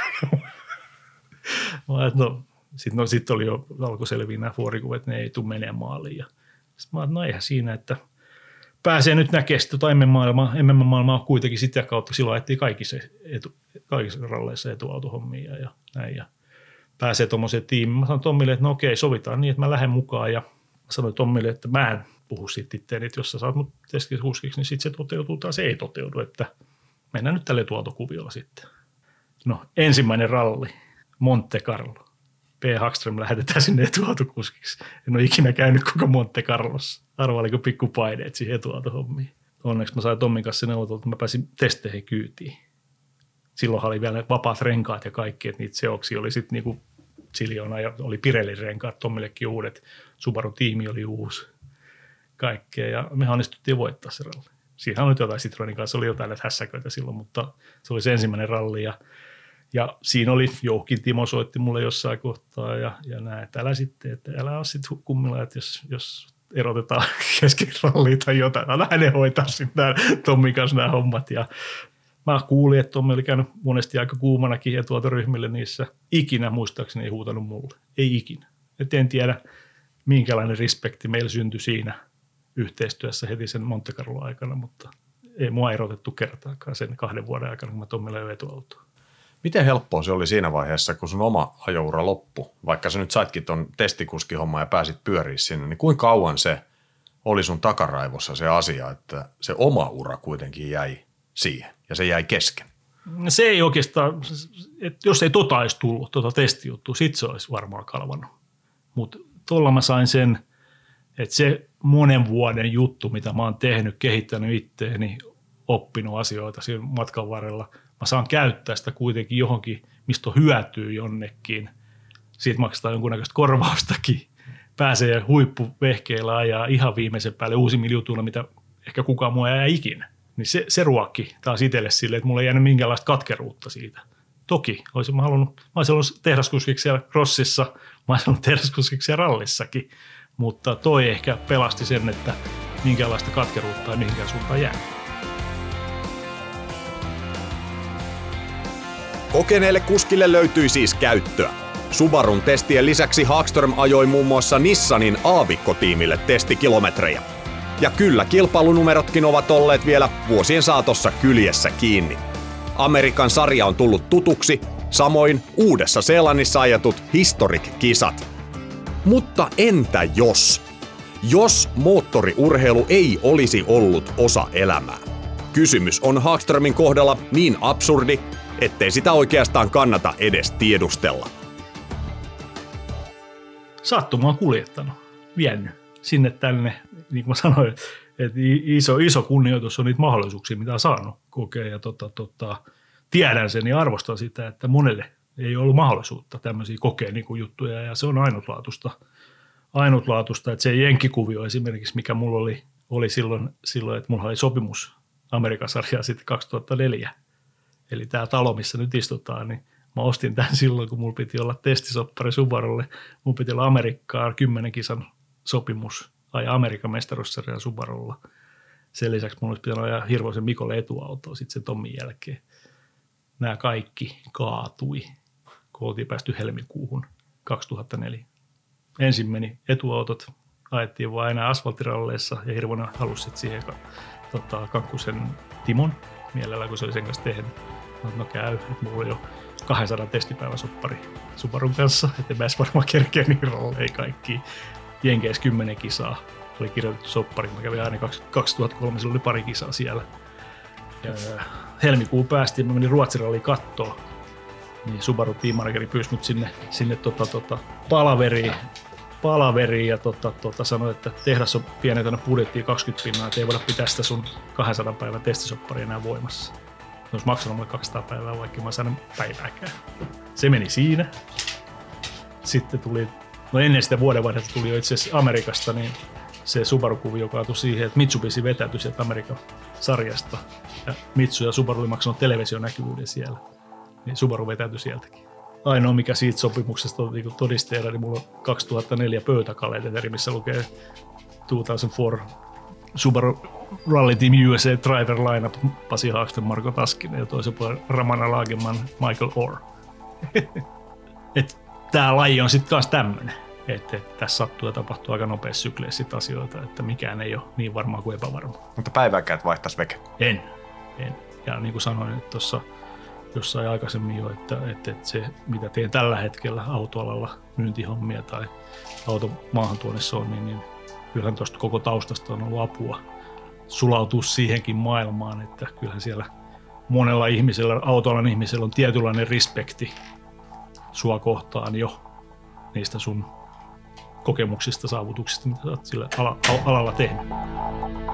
no, sitten no, sit oli jo, alkoi selviä nämä Fordi-kuvat, että ne ei tule menee maaliin. Ja sitten mä ajattelin, no eihän siinä, että pääsee nyt näkemään sitä M M-maailmaa. M M-maailmaa on kuitenkin sitä kautta, silloin ajettiin kaikissa, etu, kaikissa ralleissa etuautohommia ja näin. Ja pääsee tuommoiseen tiimiin. Mä sanoin Tommille, että no okei, sovitaan niin, että mä lähden mukaan. Ja mä sanoin Tommille, että mä en puhu siitä itteen, että jos sä saat mut testikuskiksi, niin sitten se toteutuu tai se ei toteudu. Että mennään nyt tälle etuautokuviolla sitten. No ensimmäinen ralli, Monte Carlo. P. Hagström lähetetään sinne etuautokuskiksi. En ole ikinä käynyt koko Monte Carlossa. Arvailiko pikku paineet siihen etuautohommiin. Onneksi mä sain Tommin kanssa neuvoteltua, että mä pääsin testeihin kyytiin. Silloinhan oli vielä vapaat renkaat ja kaikki, että niitä seoksia oli sitten niinku siljoona ja oli Pirellin renkaat, Tommillekin uudet. Subaru-tiimi oli uusi. Kaikkea ja me onnistuttiin voittaa se ralli. Siinä on nyt jotain Citroenin kanssa, oli jotain näitä hässäköitä silloin, mutta se oli se ensimmäinen ralli ja Ja siinä oli, Jouhkin Timo soitti mulle jossain kohtaa ja, ja näin, että älä sitten, että älä ole sitten kummilla, että jos, jos erotetaan kesken rallia tai jotain, älä hänen hoitaa sitten Tommin kanssa nämä hommat. Ja mä kuulin, että Tommi oli käynyt monesti aika kuumanakin etuautoryhmille niissä. Ikinä muistaakseni ei huutanut mulle, ei ikinä. Et en tiedä, minkälainen respekti meillä syntyi siinä yhteistyössä heti sen Monte Carlo aikana, mutta ei mua erotettu kertaakaan sen kahden vuoden aikana, kun mä Tommille ajoin etuautoa. Miten helppoa se oli siinä vaiheessa, kun sun oma ajoura loppui, vaikka sä nyt saitkin ton testikuskihomman ja pääsit pyöriä sinne, niin kuinka kauan se oli sun takaraivossa se asia, että se oma ura kuitenkin jäi siihen ja se jäi kesken? Se ei oikeastaan, että jos ei tota olisi tullut, tota testijuttua, sit se olisi varmaan kalvannut. Mutta tuolla mä sain sen, että se monen vuoden juttu, mitä mä oon tehnyt, kehittänyt itteeni, oppinut asioita siinä matkan varrella, mä saan käyttää sitä kuitenkin johonkin, mistä on hyötyä jonnekin. Siitä maksetaan jonkunnäköistä korvaustakin. Pääsee huippuvehkeillä ajaa ihan viimeisen päälle uusimmilla jutuilla, mitä ehkä kukaan muu ei aja ikinä. Niin se, se ruokki taas itselle silleen, että mulla ei jäänyt minkäänlaista katkeruutta siitä. Toki olisin mä halunnut, mä olisin ollut tehdaskuskiksi siellä crossissa, mä olisin ollut tehdaskuskiksi siellä rallissakin, mutta toi ehkä pelasti sen, että minkäänlaista katkeruutta ei mihinkään suuntaan jää. Kokeneelle kuskille löytyi siis käyttöä. Subarun testien lisäksi Hagström ajoi muun muassa Nissanin aavikkotiimille testikilometrejä. Ja kyllä kilpailunumerotkin ovat olleet vielä vuosien saatossa kyljessä kiinni. Amerikan sarja on tullut tutuksi, samoin Uudessa-Seelannissa ajatut Historic-kisat. Mutta entä jos? Jos moottoriurheilu ei olisi ollut osa elämää? Kysymys on Hagströmin kohdalla niin absurdi, ettei sitä oikeastaan kannata edes tiedustella. Sattuma on kuljettanut, vienyt sinne tänne, niin kuin mä sanoin, että iso, iso kunnioitus on niitä mahdollisuuksia, mitä on saanut kokea. Ja tota, tota, tiedän sen ja arvostan sitä, että monelle ei ollut mahdollisuutta tämmöisiä kokea niin kuin juttuja, ja se on ainutlaatuista. ainutlaatuista, että se jenkkikuvio esimerkiksi, mikä mulla oli, oli silloin, silloin, että mulla oli sopimus Amerikan sarjaa sitten kaksituhattaneljä. Eli tämä talo, missä nyt istutaan, niin mä ostin tämän silloin, kun mulla piti olla testisoppari Subarulle. Mulla piti olla Amerikkaan kymmenen kisan sopimus ajaa Amerikan mestaruussarjaa Subarulla. Sen lisäksi mulla olisi pitänyt ajaa Hirvosen Mikolle etuautoa sitten sen Tommin jälkeen. Nämä kaikki kaatui, kun oltiin päästy helmikuuhun kaksituhattaneljä. Ensin meni etuautot, ajettiin vaan enää asfalttiralleissa ja Hirvonen halusi siihen tota, Kankkusen Timon mielellä, kun se oli sen kanssa tehnyt. No käy, että mulla oli jo kaksisataa testipäivän soppari Subarun kanssa, että en mä edes varmaan kerkeä niin rolleja kaikkiin. Jenkeissä kymmenen kisaa oli kirjoitettu soppari. Mä kävin aina kaksituhattakolme, sillä oli pari kisaa siellä. Ja helmikuun päästiin, mä menin Ruotsin ralliin kattoon. Niin Subaru teammanageri pyysi mut sinne, sinne tota, tota, palaveriin, palaveriin ja tota, tota, sanoi, että tehdas on pienentänyt budjettiin kaksikymmentä pinnaa, että ei voida pitää sitä sun kaksisataa päivän testisopparia enää voimassa. Se olisi maksanut mulle kaksisataa päivää, vaikka mä sain päivääkään. Se meni siinä. Sitten tuli, no ennen sitä vuodenvaihdetta tuli jo itse asiassa Amerikasta, niin se Subaru-kuvio kaatui siihen, että Mitsubishi vetäytyi sieltä Amerikan sarjasta. Ja Mitsu ja Subaru oli maksanut televisionäkyvyyden siellä. Niin Subaru vetäytyi sieltäkin. Ainoa, mikä siitä sopimuksesta on niin todisteena, niin mulla on kaksituhattaneljä pöytäkalentteri, missä lukee kaksituhattaneljä Subaru Rally Team U S A Driver Lineup, Pasi Hagström, Marko Taskinen ja toisen puolen Ramana Lageman, Michael Orr. Tämä laji on sitten taas tämmöinen, että et tässä sattuu ja tapahtuu aika nopeassa sykleissä asioita, että mikään ei ole niin varmaa kuin epävarma. Mutta päivääkään et vaihtaisi veke? En, en. Ja niin kuin sanoin tuossa jossain aikaisemmin jo, että, että, että se mitä teen tällä hetkellä autoalalla myyntihommia tai auton maahantuonnissa on, niin, niin kyllähän tuosta koko taustasta on ollut apua sulautua siihenkin maailmaan, että kyllähän siellä monella ihmisellä, autoalan ihmisellä on tietynlainen respekti sua kohtaan jo niistä sun kokemuksista, saavutuksista, mitä sä oot sillä alalla tehnyt.